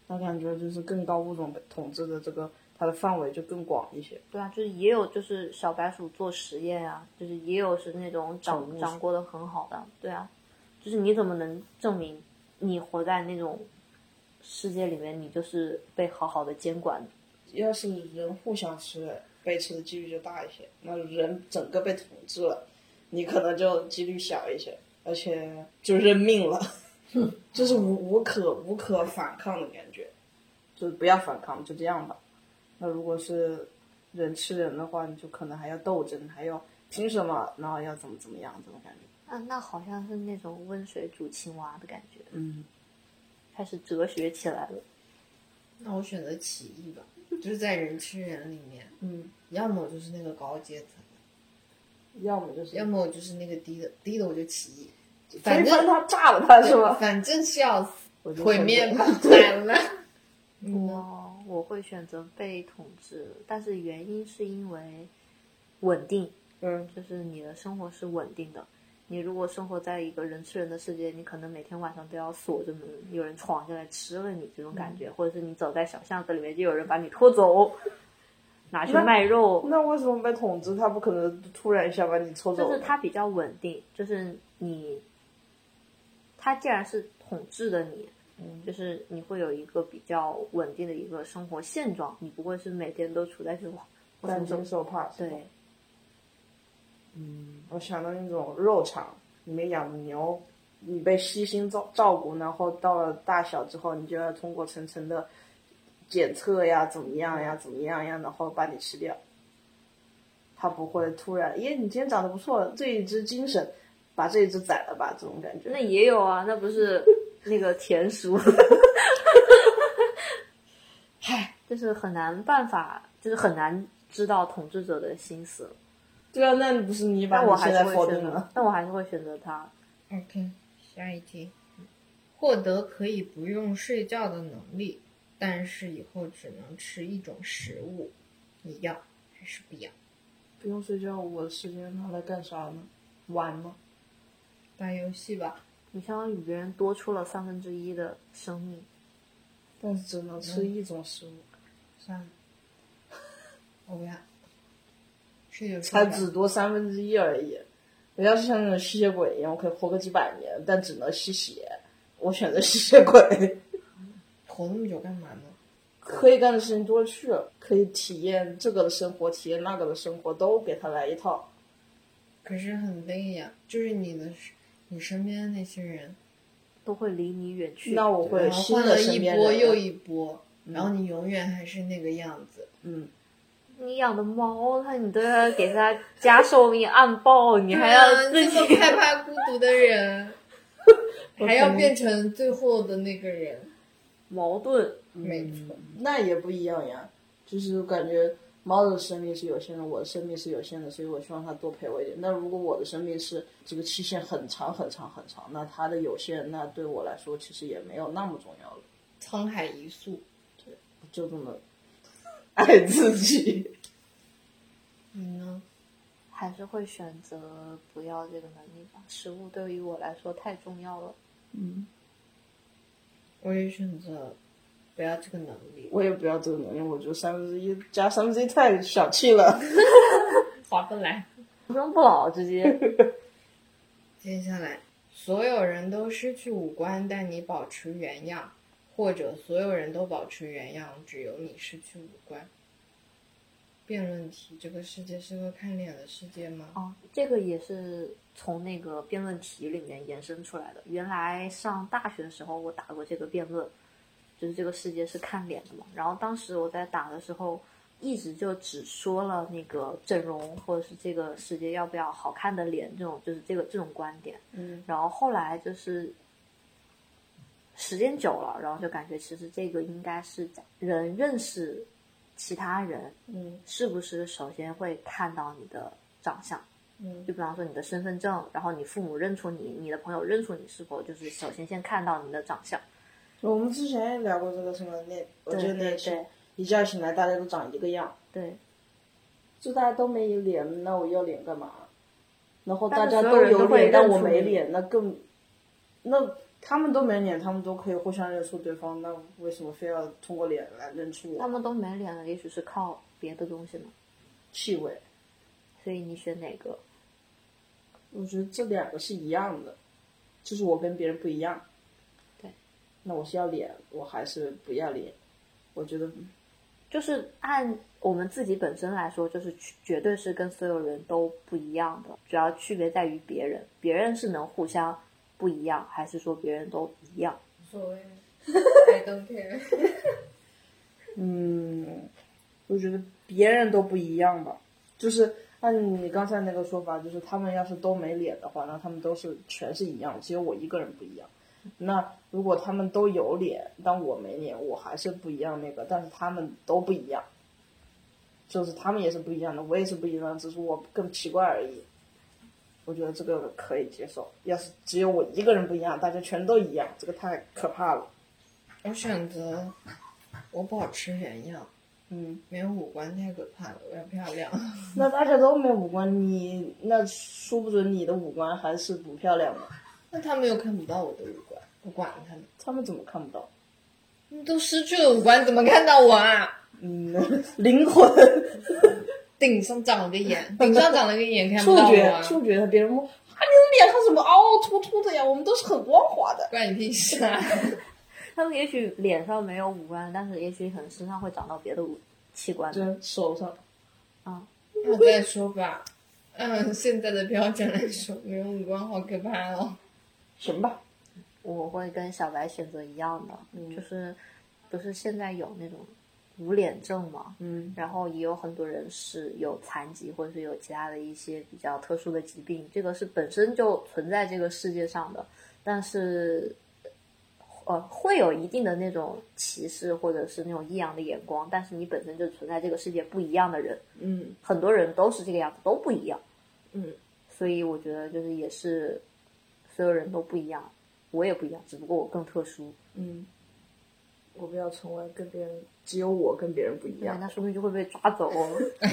那感觉就是更高物种被统治的这个它的范围就更广一些。 对啊，就是也有就是小白鼠做实验啊，就是也有是那种长宠物长过得很好的，对啊，就是你怎么能证明你活在那种世界里面，你就是被好好的监管的？ 要是人互相吃，被吃的几率就大一些。那人整个被统治了，你可能就几率小一些，而且就认命了，就是无无可无可反抗的感觉，就是不要反抗，就这样吧。那如果是人吃人的话，你就可能还要斗争，还要凭什么，然后要怎么怎么样，这种感觉。 啊，那好像是那种温水煮青蛙的感觉， 嗯， 开始哲学起来了。 那我选择起义吧，就是在人吃人里面， 嗯， 要么我就是那个高阶层的， 要么就是要么我就是那个低的，低的我就起义， 推反正翻他炸了他是吧？ 反正是要死， 我就毁灭吧， 选择完了。 我我会选择被统治，但是原因是因为稳定， 嗯， 就是你的生活是稳定的。你如果生活在一个人吃人的世界，你可能每天晚上都要锁着门，有人闯进来吃了你这种感觉，或者是你走在小巷子里面就有人把你拖走，拿去卖肉。 那为什么被统治？他不可能突然一下把你抽走。 就是它比较稳定，就是你，它既然是统治的你， 嗯， 就是你会有一个比较稳定的一个生活现状，你不会是每天都处在这种担惊受怕。 对。 嗯，我想到那种肉场里面养的牛，你被悉心照照顾，然后到了大小之后，你就要通过层层的检测呀，怎么样呀，怎么样呀，然后把你吃掉。它不会突然，耶，你今天长得不错，这一只精神，把这一只宰了吧，这种感觉。 那也有啊，那不是那个田鼠。 嗨， 就是很难办法，就是很难知道统治者的心思。 对啊，那不是你把你现在否定了？ 但我还是会选择他。 OK， 下一题，获得可以不用睡觉的能力，但是以后只能吃一种食物，你要还是不要？ 不用睡觉，我的时间拿来干啥呢？玩吗？ 打游戏吧。 你相当于别人多出了三分之一的生命， 但是只能吃一种食物。 算了，我不要。睡就睡才吧。 只多三分之一而已。我要是像那种吸血鬼一样，我可以活个几百年，但只能吸血。我选择吸血鬼。 活那么久干嘛呢？ 可以干的事情多了去了，可以体验这个的生活，体验那个的生活，都给他来一套。 可是很累呀，就是你的，你身边的那些人都会离你远去。 那我会然后新的换了一身边人波又一波，然后你永远还是那个样子。 嗯， 你养的猫，它你都要给它加寿命按报，你还要自己这么害怕孤独的人，还要变成最后的那个人， 矛盾。 没错。 那也不一样呀。就是感觉猫的生命是有限的，我的生命是有限的，所以我希望它多陪我一点。那如果我的生命是这个期限很长很长很长，那它的有限，那对我来说其实也没有那么重要了。 沧海一粟， 对，就这么爱自己。 你呢？ 还是会选择不要这个能力吧，食物对于我来说太重要了。 嗯， 我也选择不要这个能力。 我也不要这个能力，我觉得三分之一加三分之一太小气了。 划不来。 不生不老，直接。 接下来，所有人都失去五官，但你保持原样，或者所有人都保持原样，只有你失去五官。辩论题：这个世界是个看脸的世界吗？ 哦，这个也是从那个辩论题里面延伸出来的。原来上大学的时候，我打过这个辩论，就是这个世界是看脸的嘛。然后当时我在打的时候，一直就只说了那个整容或者是这个世界要不要好看的脸这种，就是这个这种观点。 嗯， 然后后来就是时间久了，然后就感觉其实这个应该是人认识其他人， 嗯， 是不是首先会看到你的长相？ 嗯， 就比方说你的身份证，然后你父母认出你，你的朋友认出你，是否就是首先先看到你的长相？ 我们之前也聊过这个什么那，我觉得那期对对一觉醒来大家都长一个样， 对， 就大家都没脸，那我要脸干嘛？然后大但是家所有人都会有脸，但我认出你没脸，那更那他们都没脸，他们都可以互相认出对方，那为什么非要通过脸来认出我？ 他们都没脸了，也许是靠别的东西呢。 气味。 所以你选哪个？ 我觉得这两个是一样的，就是我跟别人不一样。 对。 那我是要脸，我还是不要脸？我觉得， 就是按我们自己本身来说，就是绝对是跟所有人都不一样的，主要区别在于别人，别人是能互相不一样，还是说别人都一样？ 无所谓，I don't care 。 嗯，我觉得别人都不一样吧，就是按你刚才那个说法，就是他们要是都没脸的话，那他们都是全是一样，只有我一个人不一样。那如果他们都有脸，但我没脸，我还是不一样那个，但是他们都不一样，就是他们也是不一样的，我也是不一样的，只是我更奇怪而已。我觉得这个可以接受。要是只有我一个人不一样，大家全都一样，这个太可怕了。 我选择我保持原样。 嗯， 没有五官太可怕了，我要漂亮。 那大家都没五官，你那说不准你的五官还是不漂亮的。 那他们又看不到我的五官，我管他们。 他们怎么看不到？ 都失去了五官，怎么看到我啊？ 嗯，灵魂。 顶上长了个眼，顶上长了个眼，看不到触觉， 我啊。 触觉，别人说啊，你的脸上怎么凹凸凸的呀？我们都是很光滑的。 关你屁事啊！ 他们也许脸上没有五官，但是也许可能身上会长到别的器官。 对，手上。 啊， 那再说吧。嗯，现在的标准来说，没有五官好可怕哦。 行吧。 我会跟小白选择一样的， 嗯、 就是不是现在有那种无脸症嘛， 嗯， 然后也有很多人是有残疾或者是有其他的一些比较特殊的疾病，这个是本身就存在这个世界上的，但是呃会有一定的那种歧视或者是那种异样的眼光，但是你本身就存在这个世界不一样的人， 嗯， 很多人都是这个样子，都不一样， 嗯， 所以我觉得就是也是所有人都不一样，我也不一样，只不过我更特殊， 嗯。我不要成为跟别人只有我跟别人不一样， 那说不定就会被抓走哦。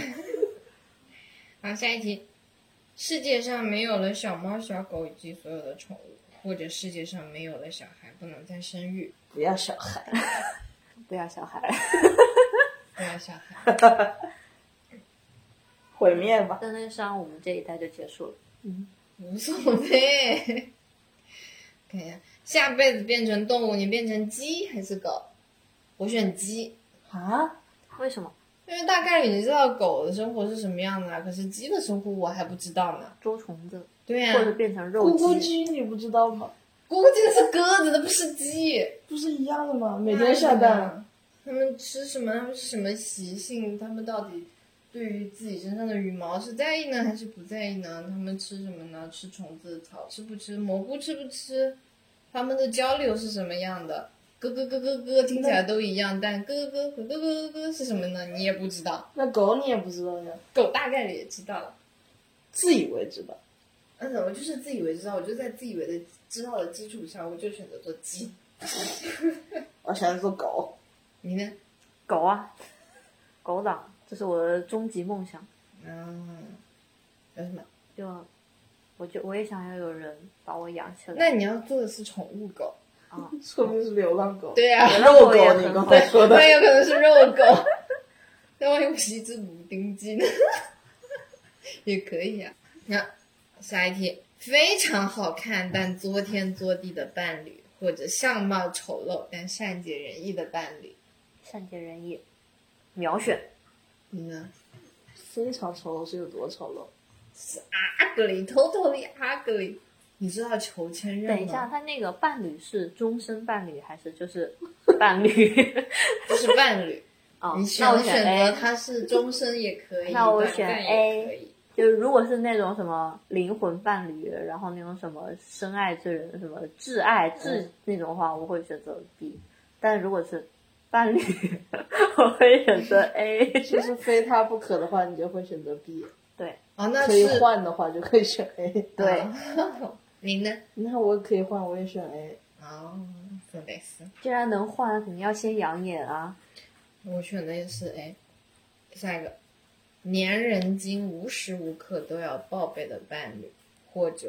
好，下一题，世界上没有了小猫小狗以及所有的宠物，或者世界上没有了小孩，不能再生育。 不要小孩， 不要小孩， 不要小孩， 毁灭吧。 但是上我们这一代就结束了。 嗯， 无所谓。看一下，下辈子变成动物，你变成鸡还是狗？我选鸡啊？ 为什么？ 因为大概率你知道狗的生活是什么样的，可是鸡的生活我还不知道呢。 捉虫子， 对呀、 或者变成肉咕咕鸡。 鸡你不知道吗？ 咕咕鸡那是鸽子，那不是鸡。 不是一样的吗？每天下蛋。 他们吃什么？他们是什么习性？他们到底对于自己身上的羽毛是在意呢，还是不在意呢？他们吃什么呢？吃虫子，草吃不吃？蘑菇吃不吃？他们的交流是什么样的？咯咯咯咯咯，听起来都一样，但咯咯咯咯咯咯是什么呢？你也不知道。 那狗你也不知道呀？ 狗大概率也知道了， 自以为知道。 嗯，我就是自以为知道，我就在自以为的知道的基础上，我就选择做鸡。 我想做狗。 你呢？ 狗啊，狗党，这是我的终极梦想。 嗯，有什么？ 就，我就我也想要有人把我养起来。 那你要做的是宠物狗。 啊， 说明是流浪狗。 对啊， 肉狗，你刚才说的。 那有可能是肉狗。那万一我是一只鲁丁鸡呢？也可以啊。那下一题，非常好看但作天作地的伴侣，或者相貌丑陋但善解人意的伴侣。 善解人意，秒选。 你呢？ 非常丑陋是有多丑陋？ 是 ugly，totally ugly。你知道求签任吗？ 等一下，他那个伴侣是终身伴侣还是就是伴侣？ 就是伴侣。 哦， 你那我选选择 A。 他是终身也可以， 那我选短暂 A 也可以。 就是如果是那种什么灵魂伴侣，然后那种什么深爱之人、什么挚爱挚、 嗯、 那种话，我会选择 B。但如果是伴侣，我会选择 A。 就是非他不可的话，你就会选择 B。 对， 哦，那是可以换的话就可以选 A。 对， 哦、你呢？ 那我可以换，我也选 A。 哦，そうです。 既然能换，肯定要先养眼啊。 我选的也是 A。下一个，粘人精，无时无刻都要报备的伴侣，或者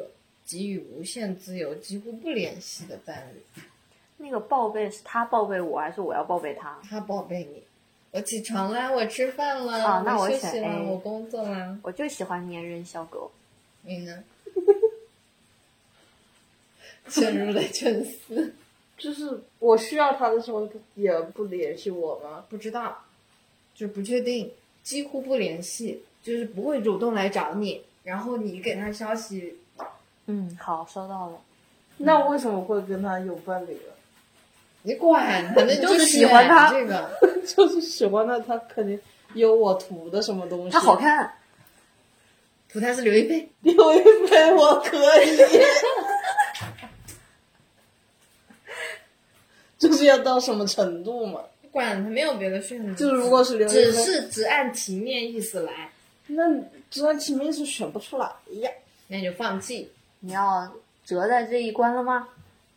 给予无限自由、几乎不联系的伴侣。 那个报备是他报备我，还是我要报备他？ 他报备你，我起床啦，我吃饭啦， 好那我我休息啦， 选 A 我工作啦。 我就喜欢粘人小狗。 你呢？陷入了沉思。 就是我需要他的时候也不联系我吗？ 不知道，就是不确定，几乎不联系，就是不会主动来找你，然后你给他消息， 嗯，好，收到了。 那为什么会跟他有伴侣了？ 你管他，那就是喜欢他这个。 就是喜欢他，他肯定有我图的什么东西。 他好看， 图他是刘亦菲， 刘亦菲我可以。就是要到什么程度嘛？ 管他没有别的选择， 就是如果是刘亦菲， 只是只按题面意思来， 那只按题面是选不出来呀。 那你就放弃。 你要折在这一关了吗？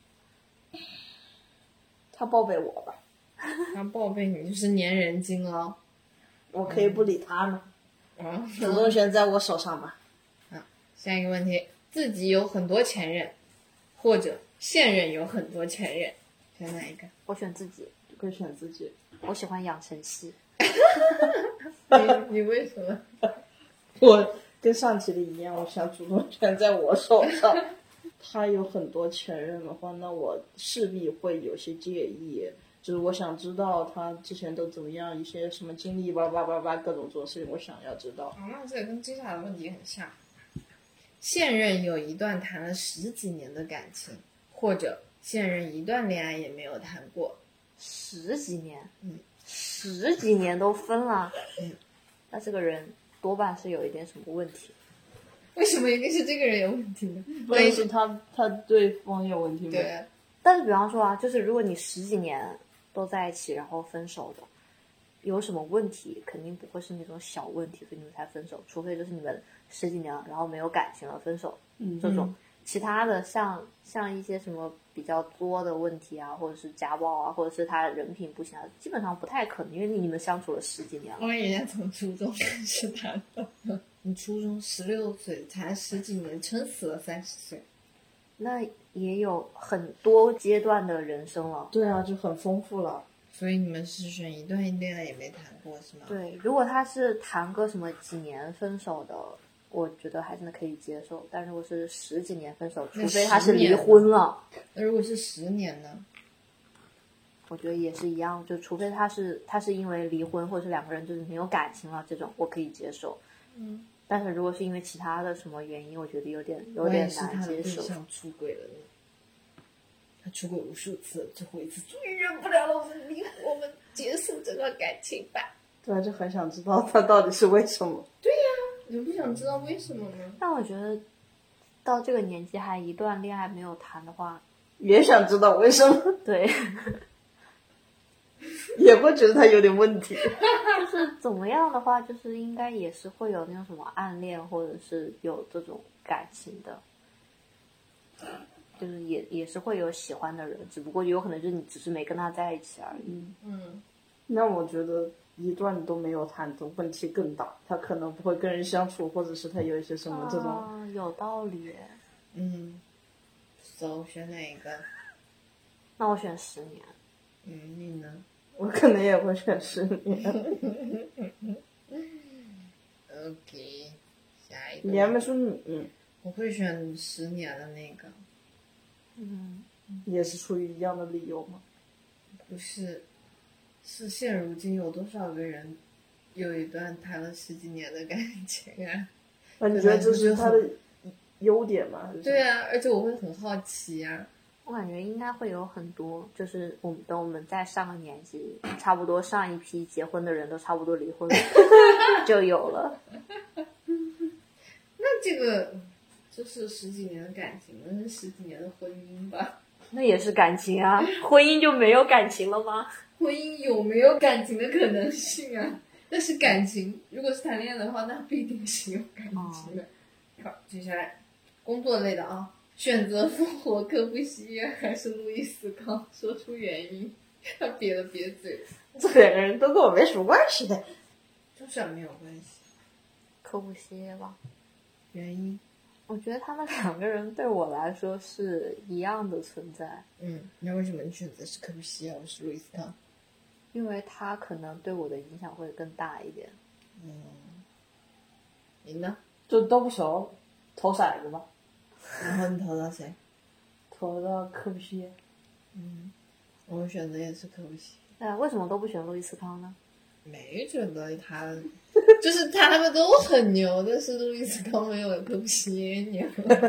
他报备我吧， 他报备你就是粘人精了。 我可以不理他呢。 嗯， 主动权在我手上嘛。 啊，下一个问题，自己有很多前任，或者现任有很多前任，选哪一个？ 我选自己， 可以选自己。 我喜欢养成系。 你你为什么？ 我跟上期的一样，我想主动权在我手上。他有很多前任的话，那我势必会有些介意。就是我想知道他之前都怎么样，一些什么经历吧吧吧吧，各种做事情，我想要知道。 哦，那这个跟接下来的问题很像。现任有一段谈了十几年的感情，或者现任一段恋爱也没有谈过。 十几年， 嗯， 十几年都分了， 嗯， 那这个人多半是有一点什么问题。 为什么一定是这个人有问题呢？ 不能是他他对方有问题吗？ 对， 但是比方说啊，就是如果你十几年都在一起，然后分手的，有什么问题，肯定不会是那种小问题，所以你们才分手。除非就是你们十几年了，然后没有感情了分手， 嗯， 这种。其他的像像一些什么比较多的问题啊，或者是家暴啊，或者是他人品不行啊，基本上不太可能，因为你们相处了十几年了。 万一人家从初中开始谈的，你初中十六岁谈十几年，撑死了三十岁， 那也有很多阶段的人生了。 对啊，就很丰富了。 所以你们是选一段恋爱也没谈过是吗？ 对，如果他是谈个什么几年分手的，我觉得还真的可以接受。但如果是十几年分手，除非他是离婚了， 那如果是十年呢？ 我觉得也是一样，就除非他是他是因为离婚，或者是两个人就是没有感情了，这种我可以接受。 嗯， 但是如果是因为其他的什么原因，我觉得有点有我也点是他的难接受。 对象出轨了呢，他出轨无数次，最后一次终于忍不了了，我们离婚，我们结束这段感情吧。 对啊，就很想知道他到底是为什么。 你不想知道为什么呢？ 但我觉得到这个年纪还一段恋爱没有谈的话， 也想知道为什么， 对， 也会觉得他有点问题。 就是怎么样的话，就是应该也是会有那种什么暗恋，或者是有这种感情的，就是也也是会有喜欢的人，只不过有可能就是你只是没跟他在一起而已。 嗯， 那我觉得一段都没有谈的问题更大，他可能不会跟人相处，或者是他有一些什么这种。 啊，有道理。 嗯，so 选哪一个？ 那我选十年。 嗯，你呢？ 我可能也会选十年。 OK， 下一个。 你还没说你，嗯， 我会选十年的那个， 嗯， 也是出于一样的理由吗？ 不是，是现如今有多少个人有一段谈了十几年的感情啊？ 那你觉得这是他的优点吗？ 对啊，而且我会很好奇啊。 我感觉应该会有很多，就是我们等我们再上个年纪，差不多上一批结婚的人都差不多离婚了，就有了。 那这个就是十几年的感情，那是十几年的婚姻吧？ 那也是感情啊，婚姻就没有感情了吗？ 婚姻有没有感情的可能性啊？但是感情，如果是谈恋爱的话，那不一定是有感情的。好，接下来工作类的啊，选择复活科布西耶还是路易斯康？说出原因。他瘪了瘪嘴， 这两个人都跟我没什么关系的。 就是没有关系。 科布西耶吧。 原因？ 我觉得他们两个人对我来说是一样的存在。 嗯，那为什么你选择是科布西而不是路易斯康？ 因为他可能对我的影响会更大一点。 嗯，你呢？ 就都不熟，投骰子吧。 然后你投到谁？ 投到科布西。 嗯，我选择也是科布西。 那为什么都不选路易斯康呢？ 没觉得他，就是他们都很牛，但是路易斯康没有科布西牛。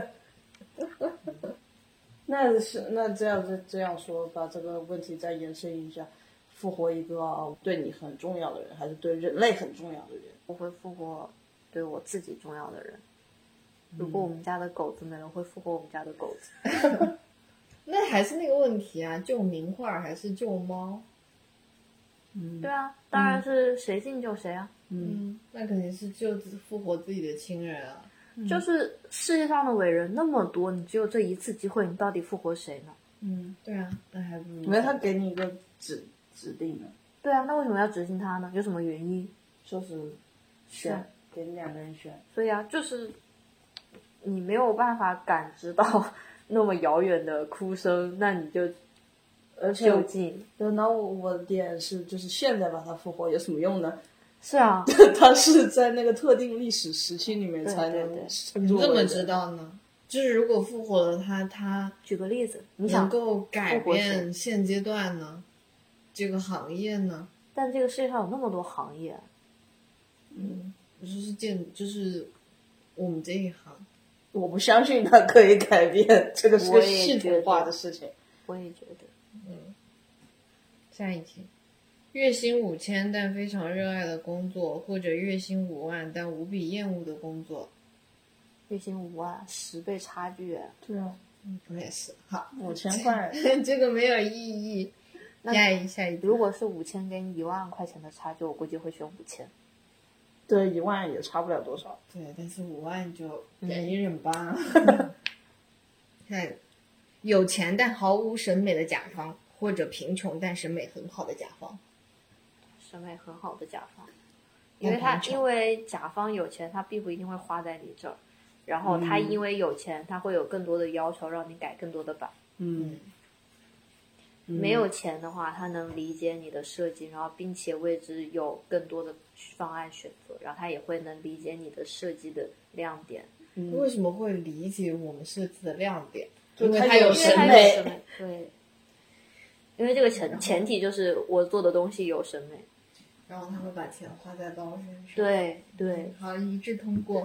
那是那这样这这样说，把这个问题再延伸一下，复活一个对你很重要的人，还是对人类很重要的人？ 我会复活对我自己重要的人。如果我们家的狗子没了，我会复活我们家的狗子。 那还是那个问题啊，救名画还是救猫？ 嗯， 对啊，当然是谁信救谁啊。 嗯，那肯定是救自复活自己的亲人啊。 就是世界上的伟人那么多，你只有这一次机会，你到底复活谁呢？ 嗯， 对啊，那还不如因为他给你一个指指定的， 对啊，那为什么要执行他呢？有什么原因？ 就是选给你两个人选。 所以啊，就是你没有办法感知到那么遥远的哭声，那你就而且就近。 然后我的点是，就是现在把他复活有什么用呢？ 是啊， 他是在那个特定历史时期里面才能对对对你作为的怎么知道呢？就是如果复活了他，他举个例子，你能想， 够改复活谁变现阶段呢？这个行业呢？ 但这个世界上有那么多行业， 嗯， 我说是建，就是我们这一行。 我不相信他可以改变，这个是我个系也觉统化得的事情。 我也觉得。 下一题，月薪五千但非常热爱的工作，或者月薪五万但无比厌恶的工作。 月薪五万，十倍差距。 对啊， 我也是。好， 五千块， 这个没有意义。下一下一题， 如果是五千跟一万块钱的差距，我估计会选五千。 对，一万也差不了多少。 对，但是五万就忍一忍吧。看，有钱但毫无审美的甲方，或者贫穷但审美很好的甲方。 审美很好的甲方，因为他因为甲方有钱，他并不一定会花在你这儿，然后他因为有钱，他会有更多的要求让你改更多的版。 嗯， 没有钱的话，他能理解你的设计，然后并且为之有更多的方案选择，然后他也会能理解你的设计的亮点。 为什么会理解我们设计的亮点？ 就因为他有他有审因为他有美。 审美，对，因为这个前前提就是我做的东西有审美。 然后他会把钱花在刀身上。 对对， 好，一致通过。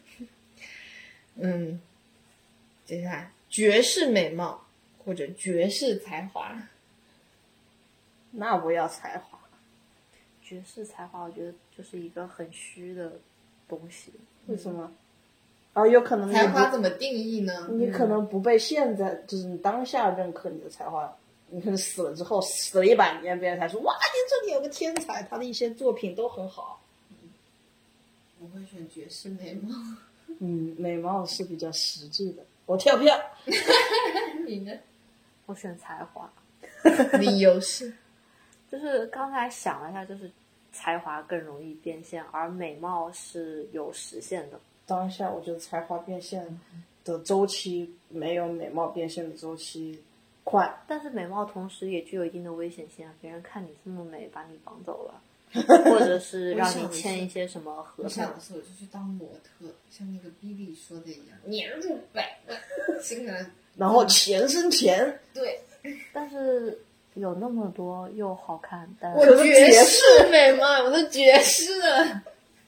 嗯，接下来绝世美貌或者绝世才华。 那我要才华。 绝世才华，我觉得就是一个很虚的东西。 为什么？啊，有可能你才华不怎么定义呢？ 你可能不被现在就是你当下认可你的才华，你可能死了之后死了一百年，别人才说哇，你这里有个天才，他的一些作品都很好。 我会选绝世美貌。 嗯，美貌是比较实际的。我跳票。 你呢？ 我选才华， 理由是？ 就是刚才想了一下，就是才华更容易变现，而美貌是有实现的。 当下我觉得才华变现的周期没有美貌变现的周期快。 但是美貌同时也具有一定的危险性啊，别人看你这么美，把你绑走了，或者是让你签一些什么合同。 我想的是，我就去当模特，像那个 B B 说的一样，年入百万，新人。 然后钱生钱。 对， 但是有那么多又好看，但我绝世美貌，我都绝世了。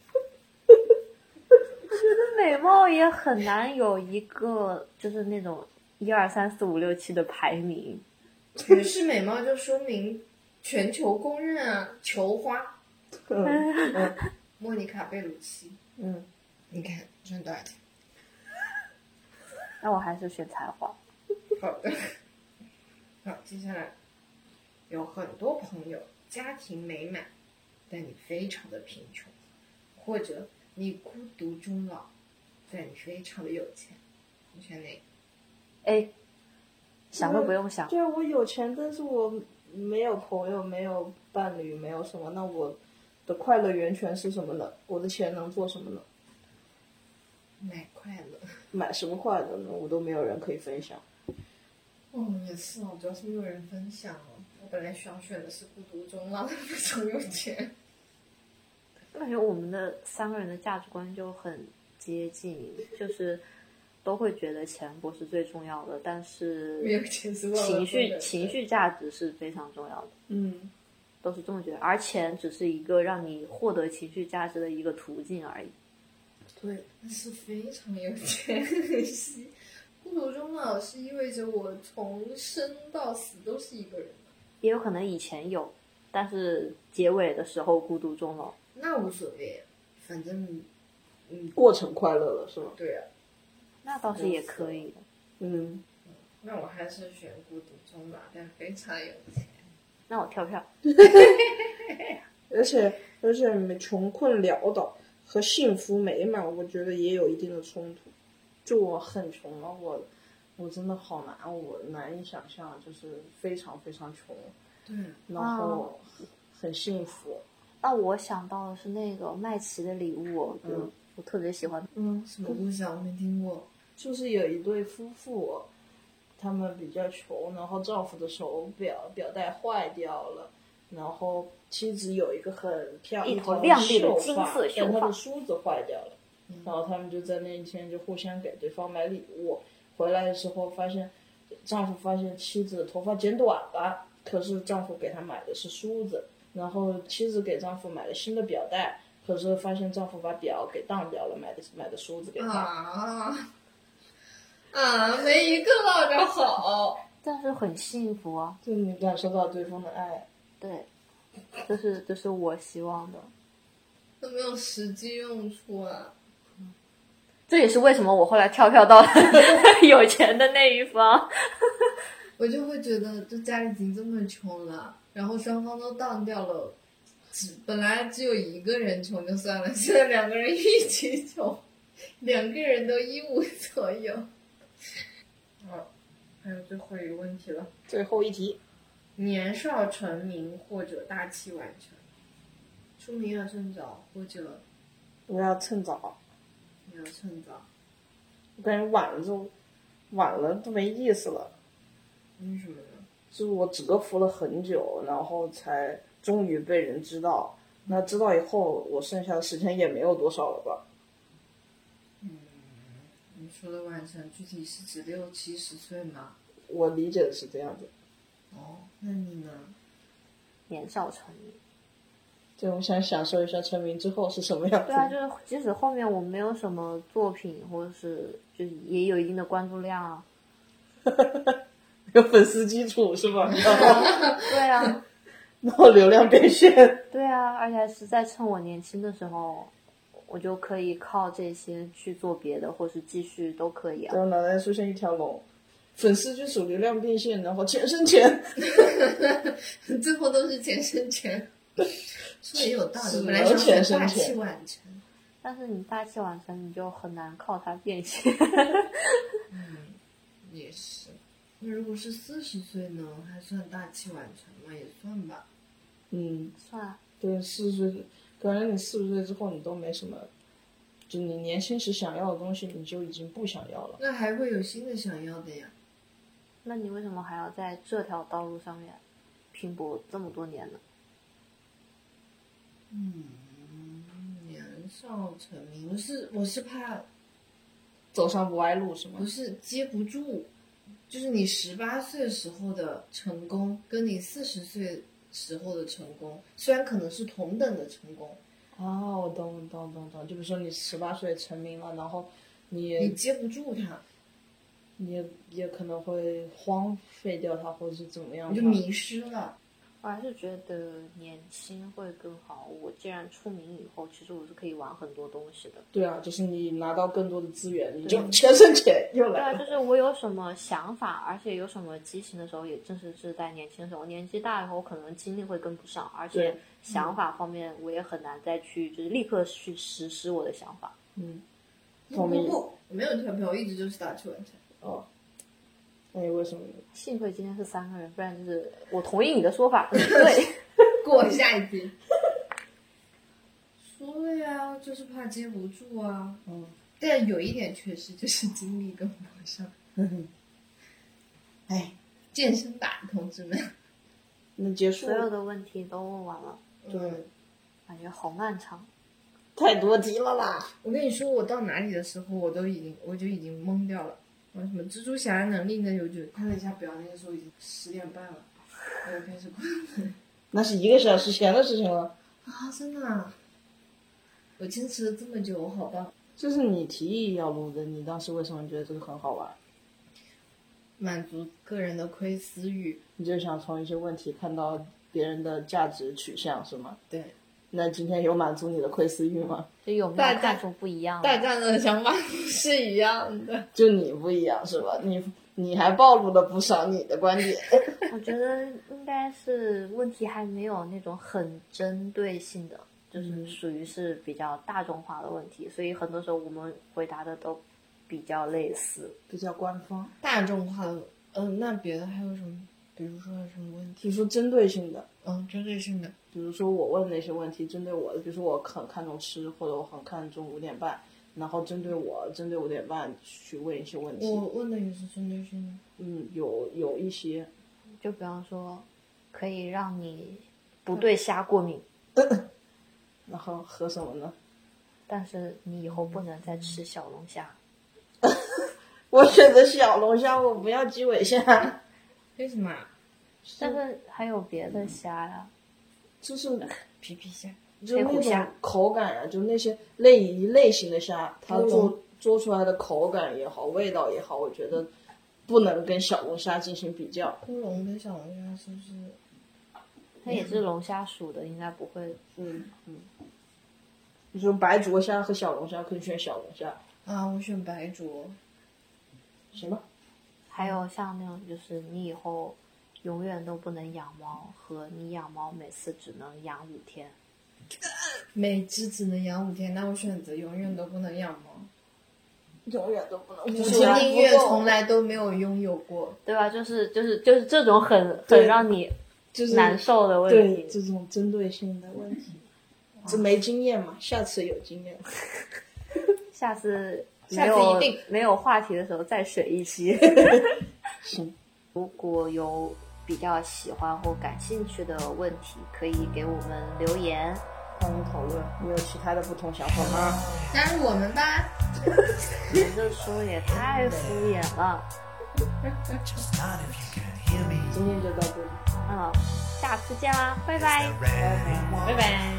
我觉得美貌也很难有一个就是那种一二三四五六七的排名。 绝世美貌就说明全球公认啊，球花。 嗯嗯， 莫妮卡贝鲁奇。 嗯， 你看赚多少钱？ 那我还是选才华。 好的。好，接下来有很多朋友，家庭美满，但你非常的贫穷，或者你孤独终老，但你非常的有钱，你选哪个？ 哎，想都不用想。 对，我有钱，但是我没有朋友，没有伴侣，没有什么，那我的快乐源泉是什么呢？我的钱能做什么呢？ 买快乐。 买什么快乐呢？我都没有人可以分享。 哦，也是哦，主要是没有人分享哦。我本来想选的是孤独终老，但非常有钱。 我感觉我们的三个人的价值观就很接近，就是都会觉得钱不是最重要的，但是没有钱是万万情不能绪情绪价值是非常重要的， 嗯， 都是这么觉得。而钱只是一个让你获得情绪价值的一个途径而已。 对， 但是非常有钱。孤独终老是意味着我从生到死都是一个人。 也有可能以前有，但是结尾的时候孤独终老。 那无所谓，反正，嗯， 过程快乐了是吧？ 对啊。 那倒是也可以的。 嗯， 那我还是选孤独终老，但非常有钱。 那我跳票。 而且而且穷困潦倒和幸福美满，我觉得也有一定的冲突。就我很穷了，我我真的好难，我难以想象，就是非常非常穷， 对， 然后很幸福。 那我想到的是那个麦琪的礼物，我就、 嗯、 我特别喜欢。 嗯， 什么故事啊？我没听过。 就是有一对夫妇，他们比较穷，然后丈夫的手表表带坏掉了，然后妻子有一个很漂一头头亮丽的金秀发色秀发但她的梳子坏掉了。然后他们就在那一天就互相给对方买礼物，回来的时候发现，丈夫发现妻子的头发剪短了，可是丈夫给她买的是梳子，然后妻子给丈夫买了新的表带，可是发现丈夫把表给当掉了，买的买的梳子给她。 啊啊，没一个落着好， 但是很幸福啊。 就你感受到对方的爱。 对，这是这是我希望的。 都没有实际用处啊。 这也是为什么我后来跳票到了有钱的那一方。 我就会觉得，就家里已经这么穷了，然后双方都当掉了，只本来只有一个人穷就算了，现在两个人一起穷，两个人都一无所有。好，还有最后一个问题了。 最后一题， 年少成名或者大器晚成？出名要趁早，或者我要趁早。 要趁早。 我感觉晚了就晚了都没意思了。 为什么呢？ 就是我蛰伏了很久，然后才终于被人知道。那知道以后，我剩下的时间也没有多少了吧？ 嗯，你说的晚成具体是指六七十岁吗？ 我理解的是这样子。 哦，那你呢？ 年少成名。 对，我想享受一下成名之后是什么样子。 对啊，就是即使后面我没有什么作品，或者是就是也有一定的关注量啊。 有粉丝基础是吧？ 对啊。 然后流量变现。 对啊，而且还是在趁我年轻的时候，我就可以靠这些去做别的，或是继续都可以啊。 然后脑袋出现一条龙，粉丝基础、流量变现，然后钱生钱。 最后都是钱生钱。说也有道理，本来想选大器晚成， 但是你大器晚成，你就很难靠它变现。 嗯，也是。那如果是四十岁呢，还算大器晚成吗？也算吧。 嗯， 算啊。 对，四十岁，感觉你四十岁之后，你都没什么，就你年轻时想要的东西，你就已经不想要了。 那还会有新的想要的呀。 那你为什么还要在这条道路上面拼搏这么多年呢？ 嗯，年少成名，我是我是怕走上不歪路是吗？ 不是接不住，就是你十八岁时候的成功，跟你四十岁时候的成功，虽然可能是同等的成功。 哦，我懂，我懂，懂，懂。就比如说你十八岁成名了，然后你你接不住它， 你也也可能会荒废掉它，或者是怎么样， 你就迷失了。 我还是觉得年轻会更好。我既然出名以后，其实我是可以玩很多东西的。 对啊，就是你拿到更多的资源，你就钱生钱又来了。 对啊，就是我有什么想法，而且有什么激情的时候，也正是是在年轻的时候。年纪大以后，可能精力会跟不上，而且想法方面我也很难再去就是立刻去实施我的想法。 嗯， 不不不，我没有跳票，我一直就是大器晚成。 哦。那你为什么呢？ 幸亏今天是三个人，不然就是我同意你的说法。对， 过下一题。说了呀，就是怕接不住啊。 嗯， 但有一点确实就是精力跟不上。 哎， 健身吧，同志们。 那结束所有的问题都问完了， 对， 感觉好漫长。 太多题了啦！ 我跟你说，我到哪里的时候，我都已经我就已经懵掉了。啊，什么蜘蛛侠能力呢？我就看了一下表，那个时候已经十点半了，我就开始困。 那是一个小时前的事情了。 啊，真的啊！我坚持了这么久，我好棒！ 这是你提议要录的，你当时为什么觉得这个很好玩？ 满足个人的窥私欲。 你就想从一些问题看到别人的价值取向，是吗？ 对。 那今天有满足你的窥私欲吗？ 就有没有看出不一样？ 大家的想法是一样的， 就你不一样是吧？你你还暴露了不少你的观点。 我觉得应该是问题还没有那种很针对性的，就是属于是比较大众化的问题，所以很多时候我们回答的都比较类似， 比较官方。 大众化的。嗯、呃，那别的还有什么？比如说还有什么问题？ 比如说针对性的。 嗯，针对性的。 比如说我问那些问题针对我的，比如说我很看重吃，或者我很看重五点半，然后针对我针对五点半去问一些问题。 我问的也是针对性的。 嗯，有有一些， 就比方说可以让你不对虾过敏， 然后和什么呢？ 但是你以后不能再吃小龙虾。 我选择小龙虾，我不要鸡尾虾。 为什么？ 但是还有别的虾呀， 就是皮皮虾， 就那种口感呀、啊，就那些类一类型的虾，它做做出来的口感也好，味道也好，我觉得不能跟小龙虾进行比较。 乌龙跟小龙虾是不是？ 它也是龙虾属的，应该不会。 嗯嗯。你说白灼虾和小龙虾，可以选小龙虾。 啊，我选白灼。 行吧。 还有像那种，就是你以后永远都不能养猫，和你养猫每次只能养五天。 每只只能养五天，那我选择永远都不能养猫。 永远都不能。 五千订阅从来都没有拥有过， 对吧？就是就是就是这种很很让你难受的问题。 对，这种针对性的问题，这没经验嘛，下次有经验。 下次。 下次一定没有话题的时候再水一期。 行， 如果有比较喜欢或感兴趣的问题，可以给我们留言， 欢迎讨论。你有其他的不同想法吗？ 加入我们吧。 你们这说也太敷衍了。 今天就到这里。 嗯，下次见啦，拜拜， 拜拜。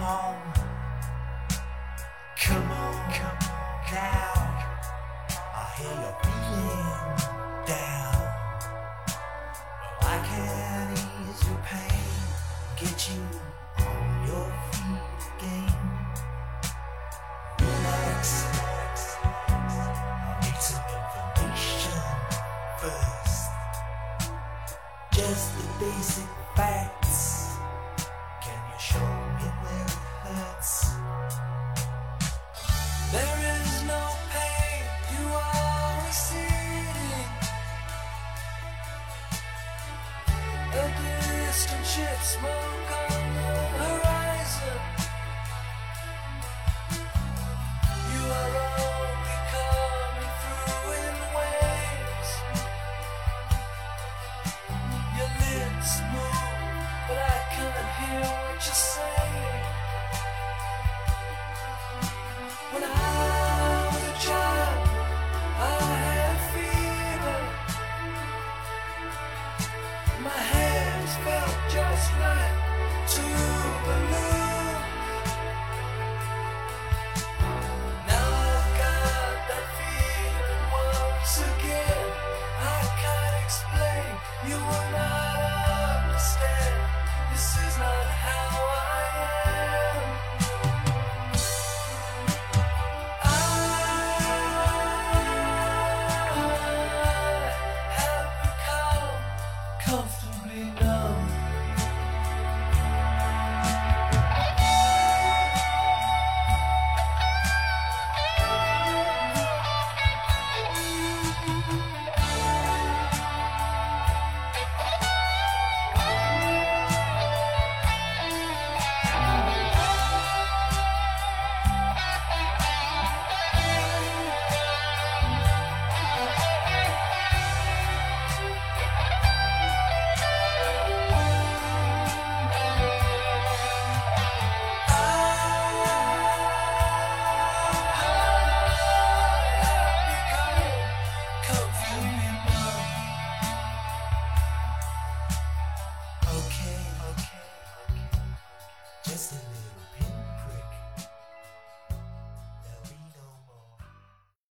I hear you're feeling down. Well, I can ease your pain, get you on your feet again. Relax, I need some information first. Just the basic facts. Can you show me where it hurts? There is no pain, you are receding. A distant ship smoke on the Just a little